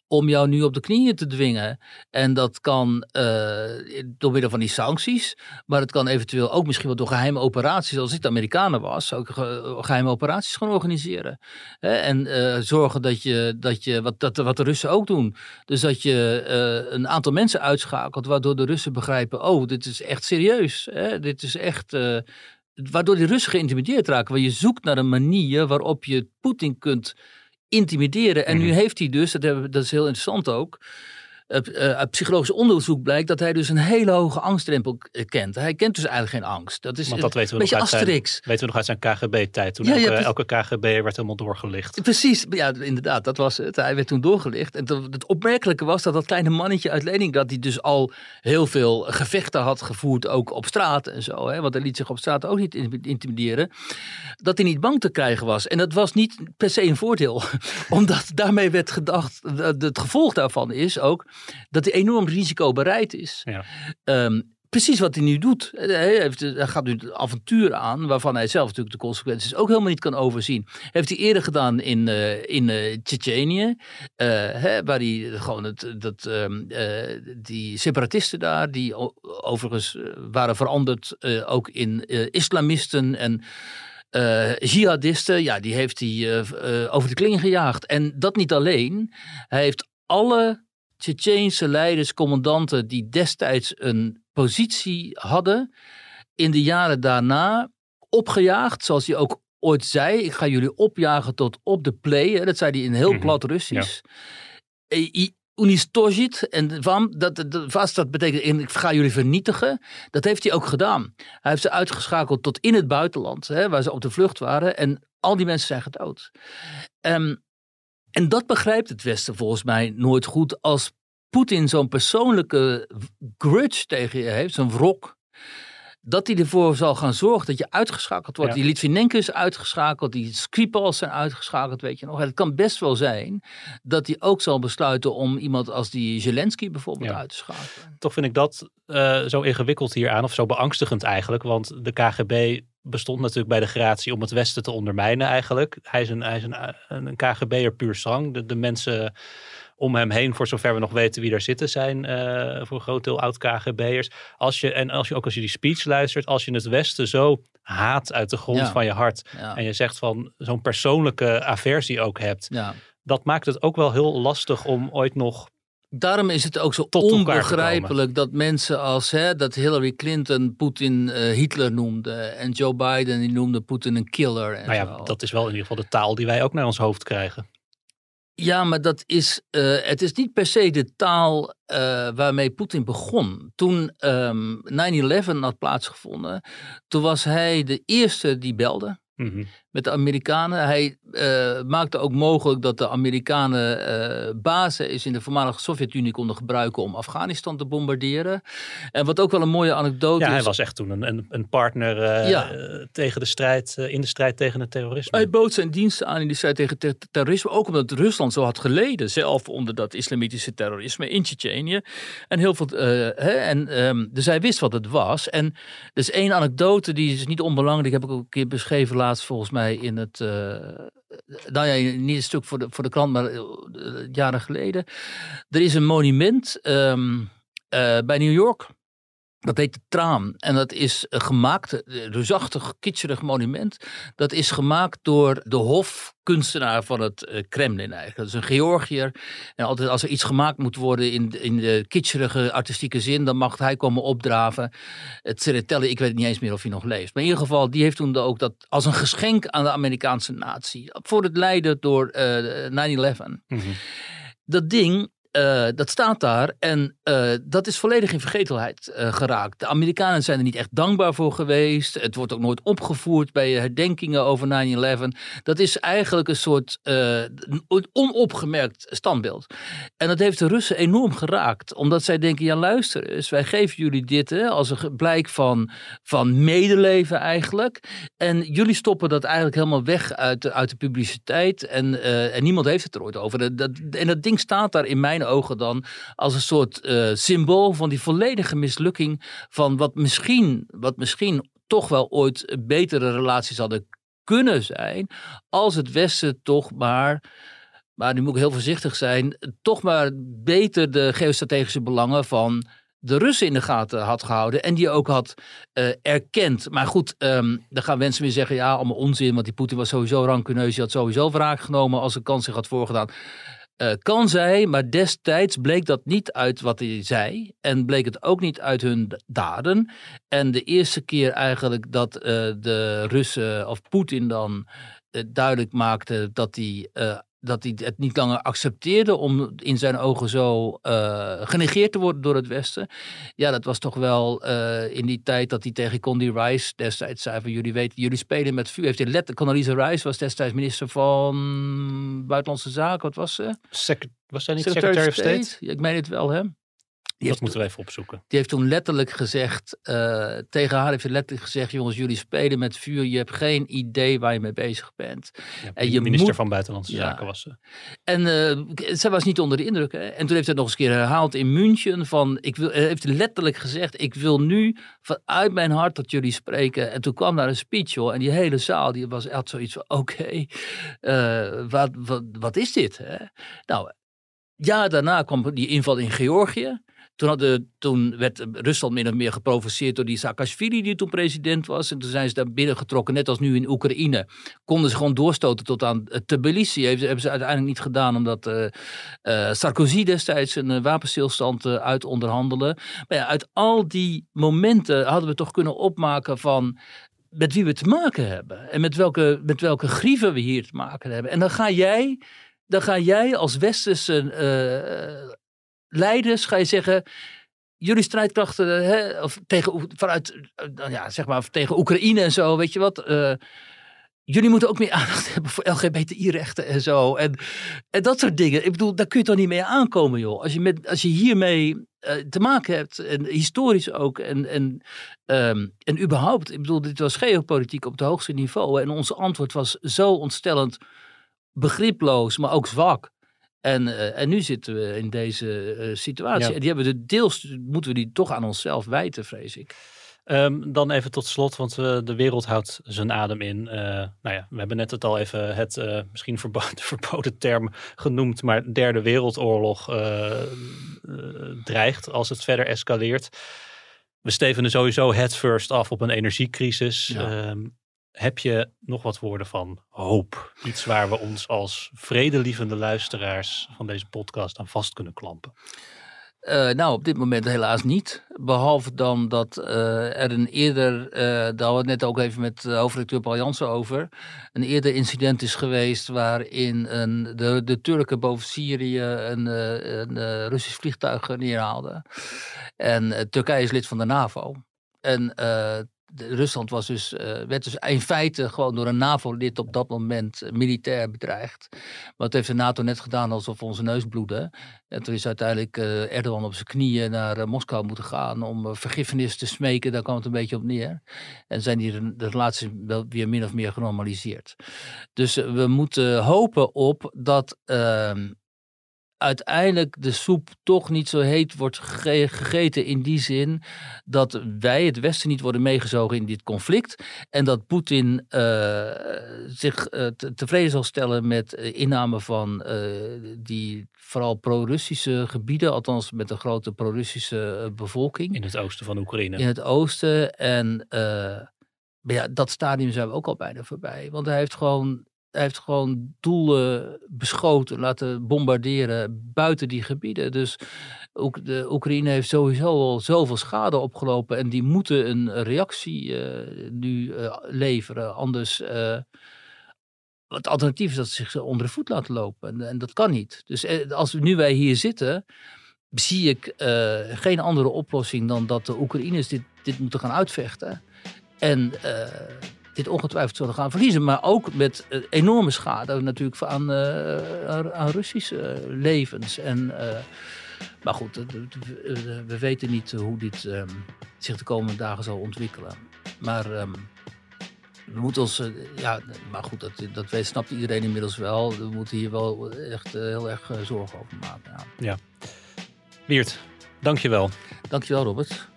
om jou nu op de knieën te dwingen. En dat kan uh, door middel van die sancties, maar het kan eventueel ook misschien wel door geheime operaties, als ik de Amerikanen was, ook ge- geheime operaties gaan organiseren. Hè? En uh, zorgen dat je, dat je wat, dat, wat de Russen ook doen, dus dat je uh, een aantal mensen uitschakelt, waardoor de Russen begrijpen, oh, dit is echt serieus. Hè? Dit is echt... Uh, waardoor die Russen geïntimideerd raken. Want je zoekt naar een manier waarop je Poetin kunt intimideren. En mm-hmm. nu heeft hij dus, dat, hebben, dat is heel interessant ook, Uh, uh, uit psychologisch onderzoek blijkt dat hij dus een hele hoge angstdrempel kent. Hij kent dus eigenlijk geen angst. Dat is Want dat een weten we beetje nog uit Asterix. Zijn, weten we nog uit zijn K G B-tijd. Toen ja, elke, ja, elke K G B'er werd helemaal doorgelicht. Precies, ja, inderdaad, dat was het. Hij werd toen doorgelicht. En to, het opmerkelijke was dat dat kleine mannetje uit Leningrad, die dus al heel veel gevechten had gevoerd, ook op straat en zo. Hè, want hij liet zich op straat ook niet intimideren. Dat hij niet bang te krijgen was. En dat was niet per se een voordeel. Omdat daarmee werd gedacht, het gevolg daarvan is ook dat hij enorm risicobereid is. Ja. Um, precies wat hij nu doet. Hij, heeft, hij gaat nu het avontuur aan, waarvan hij zelf natuurlijk de consequenties ook helemaal niet kan overzien. Heeft hij eerder gedaan in, uh, in uh, Tsjetsjenië, uh, hè, waar hij gewoon het, dat, um, uh, die separatisten daar, die overigens uh, waren veranderd uh, ook in uh, islamisten en Uh, jihadisten, ja, die heeft hij uh, uh, over de kling gejaagd. En dat niet alleen. Hij heeft alle Tsjetsjeense leiders, commandanten die destijds een positie hadden, in de jaren daarna opgejaagd, zoals hij ook ooit zei. Ik ga jullie opjagen tot op de play. Hè. Dat zei hij in heel mm-hmm. plat Russisch. Ja. Unistojit en vam, dat, dat, vast, dat betekent ik ga jullie vernietigen. Dat heeft hij ook gedaan. Hij heeft ze uitgeschakeld tot in het buitenland, hè, waar ze op de vlucht waren. En al die mensen zijn gedood. Um, en dat begrijpt het Westen volgens mij nooit goed. Als Poetin zo'n persoonlijke grudge tegen je heeft, zo'n wrok, dat hij ervoor zal gaan zorgen dat je uitgeschakeld wordt. Ja. Die Litvinenko is uitgeschakeld, die Skripals zijn uitgeschakeld, weet je nog. Het kan best wel zijn dat hij ook zal besluiten om iemand als die Zelensky bijvoorbeeld ja. uit te schakelen. Toch vind ik dat uh, zo ingewikkeld hieraan, of zo beangstigend eigenlijk. Want de K G B bestond natuurlijk bij de gratie om het Westen te ondermijnen eigenlijk. Hij is een, hij is een, een K G B'er puur sang. De, de mensen om hem heen, voor zover we nog weten wie daar zitten, zijn uh, voor een groot deel oud-K G B'ers. Als je, en als je ook als je die speech luistert, als je het Westen zo haat uit de grond ja. van je hart ja. en je zegt van zo'n persoonlijke aversie ook hebt, ja. dat maakt het ook wel heel lastig om ooit nog. Daarom is het ook zo onbegrijpelijk dat mensen als hè, dat Hillary Clinton Poetin uh, Hitler noemde en Joe Biden die noemde Poetin een killer. En nou ja, zo. Dat is wel in ieder geval de taal die wij ook naar ons hoofd krijgen. Ja, maar dat is, uh, het is niet per se de taal uh, waarmee Poetin begon. Toen um, nine eleven had plaatsgevonden, toen was hij de eerste die belde. Mm-hmm. Met de Amerikanen. Hij uh, maakte ook mogelijk dat de Amerikanen uh, bases in de voormalige Sovjet-Unie konden gebruiken om Afghanistan te bombarderen. En wat ook wel een mooie anekdote ja, is. Hij was echt toen een, een partner uh, ja. tegen de strijd, uh, in de strijd tegen het terrorisme. Hij bood zijn diensten aan in de strijd tegen ter- terrorisme. Ook omdat Rusland zo had geleden zelf onder dat islamitische terrorisme in Tsjetsjenië. En heel veel. Uh, hè, en, um, dus hij wist wat het was. En er is één anekdote die is niet onbelangrijk. Die heb ik ook een keer beschreven laatst volgens mij in het, uh, nou ja, niet een stuk voor de, voor de krant, maar uh, jaren geleden. Er is een monument um, uh, bij New York. Dat heet de Traan. En dat is uh, gemaakt, een reusachtig, kitscherig monument. Dat is gemaakt door de hofkunstenaar van het uh, Kremlin eigenlijk. Dat is een Georgiër. En altijd als er iets gemaakt moet worden in, in de kitscherige artistieke zin, dan mag hij komen opdraven. Het Tsereteli, ik weet niet eens meer of hij nog leeft. Maar in ieder geval, die heeft toen ook dat als een geschenk aan de Amerikaanse natie. Voor het lijden door uh, nine eleven. Mm-hmm. Dat ding, Uh, dat staat daar en uh, dat is volledig in vergetelheid uh, geraakt. De Amerikanen zijn er niet echt dankbaar voor geweest. Het wordt ook nooit opgevoerd bij herdenkingen over nine eleven. Dat is eigenlijk een soort uh, onopgemerkt standbeeld. En dat heeft de Russen enorm geraakt. Omdat zij denken, ja luister eens, wij geven jullie dit hè, als een blijk van, van medeleven eigenlijk. En jullie stoppen dat eigenlijk helemaal weg uit de, uit de publiciteit. En, uh, en niemand heeft het er ooit over. Dat, dat, en dat ding staat daar in mijn ogen dan als een soort uh, symbool van die volledige mislukking van wat misschien, wat misschien toch wel ooit betere relaties hadden kunnen zijn als het Westen toch maar maar nu moet ik heel voorzichtig zijn, toch maar beter de geostrategische belangen van de Russen in de gaten had gehouden en die ook had uh, erkend. Maar goed, um, dan gaan mensen weer zeggen, ja, allemaal onzin, want die Poetin was sowieso rancuneus, die had sowieso wraak genomen als de kans zich had voorgedaan. Uh, kan zij, maar destijds bleek dat niet uit wat hij zei en bleek het ook niet uit hun daden. En de eerste keer eigenlijk dat uh, de Russen of Poetin dan uh, duidelijk maakte dat hij... Uh, dat hij het niet langer accepteerde om in zijn ogen zo uh, genegeerd te worden door het Westen. Ja, dat was toch wel uh, in die tijd dat hij tegen Condi Rice destijds zei van jullie weten, jullie spelen met vuur. Heeft hij letterlijk, Condoleezza Rice was destijds minister van Buitenlandse Zaken, wat was ze? Sec- was zij niet Secretary of State? State? Ja, ik meen het wel, hè? Die dat moeten we even opzoeken. Die heeft toen letterlijk gezegd, uh, tegen haar heeft hij letterlijk gezegd, jongens, jullie spelen met vuur, je hebt geen idee waar je mee bezig bent. Ja, en je minister moet... van Buitenlandse ja. Zaken was ze. En uh, zij was niet onder de indruk. Hè? En toen heeft hij het nog eens een keer herhaald in München, van, ik wil, hij heeft letterlijk gezegd, ik wil nu vanuit mijn hart tot jullie spreken. En toen kwam daar een speech, hoor, en die hele zaal, die was, had zoiets van, oké, okay, uh, wat, wat, wat is dit? Hè? Nou, ja, daarna kwam die inval in Georgië. Toen, hadden, toen werd Rusland min of meer geprovoceerd door die Saakashvili die toen president was. En toen zijn ze daar binnengetrokken, net als nu in Oekraïne. Konden ze gewoon doorstoten tot aan Tbilisi. Hebben ze, hebben ze uiteindelijk niet gedaan omdat uh, uh, Sarkozy destijds een uh, wapenstilstand uh, uit onderhandelen. Maar ja, uit al die momenten hadden we toch kunnen opmaken van met wie we te maken hebben. En met welke, met welke grieven we hier te maken hebben. En dan ga jij, dan ga jij als westerse Uh, leiders, ga je zeggen, jullie strijdkrachten hè, of tegen, vanuit, uh, ja, zeg maar, tegen Oekraïne en zo, weet je wat, uh, jullie moeten ook meer aandacht hebben voor L G B T I-rechten en zo. En, en dat soort dingen. Ik bedoel, daar kun je toch niet mee aankomen, joh. Als je, met, als je hiermee uh, te maken hebt, en historisch ook, en, en, um, en überhaupt, ik bedoel, dit was geopolitiek op het hoogste niveau. En ons antwoord was zo ontstellend begriploos, maar ook zwak. En, uh, en nu zitten we in deze uh, situatie. Ja. En die hebben we deels, moeten we die toch aan onszelf wijten, vrees ik. Um, dan even tot slot, want uh, de wereld houdt zijn adem in. Uh, nou ja, we hebben net het al even het uh, misschien verbo- de verboden term genoemd, maar derde wereldoorlog uh, uh, dreigt als het verder escaleert. We stevenen sowieso head first af op een energiecrisis. Ja. Um, Heb je nog wat woorden van hoop? Iets waar we ons als vredelievende luisteraars van deze podcast aan vast kunnen klampen? Uh, nou, op dit moment helaas niet. Behalve dan dat uh, er een eerder, uh, daar hadden we het net ook even met uh, hoofdredacteur Paul Jansen over, een eerder incident is geweest waarin een, de, de Turken boven Syrië een, een, een Russisch vliegtuig neerhaalden. En uh, Turkije is lid van de NAVO. En uh, De, Rusland was dus, uh, werd dus in feite gewoon door een NAVO-lid op dat moment uh, militair bedreigd. Maar het heeft de NATO net gedaan alsof onze neus bloedde. En toen is uiteindelijk uh, Erdogan op zijn knieën naar uh, Moskou moeten gaan om uh, vergiffenis te smeken. Daar kwam het een beetje op neer. En zijn die de, de relaties wel weer min of meer genormaliseerd. Dus uh, we moeten hopen op dat Uh, uiteindelijk de soep toch niet zo heet wordt gege- gegeten in die zin dat wij, het Westen, niet worden meegezogen in dit conflict en dat Poetin uh, zich uh, te- tevreden zal stellen met uh, inname van uh, die vooral pro-Russische gebieden, althans met een grote pro-Russische uh, bevolking. In het oosten van Oekraïne. In het oosten en uh, maar ja, dat stadium zijn we ook al bijna voorbij, want hij heeft gewoon Hij heeft gewoon doelen beschoten, laten bombarderen buiten die gebieden. Dus ook de Oekraïne heeft sowieso al zoveel schade opgelopen. En die moeten een reactie uh, nu uh, leveren. Anders, uh, het alternatief is dat ze zich onder de voet laten lopen. En, en dat kan niet. Dus uh, als nu wij hier zitten, zie ik uh, geen andere oplossing dan dat de Oekraïners dit, dit moeten gaan uitvechten. En Uh, dit ongetwijfeld zullen gaan verliezen. Maar ook met uh, enorme schade natuurlijk aan, uh, aan Russische levens. En, uh, maar goed, uh, we, we weten niet hoe dit uh, zich de komende dagen zal ontwikkelen. Maar um, we moeten ons, uh, ja, maar goed, dat, dat weet, snapt iedereen inmiddels wel. We moeten hier wel echt uh, heel erg uh, zorgen over maken. Ja. Ja. Wiert, dank je wel. Dank je wel, Robert.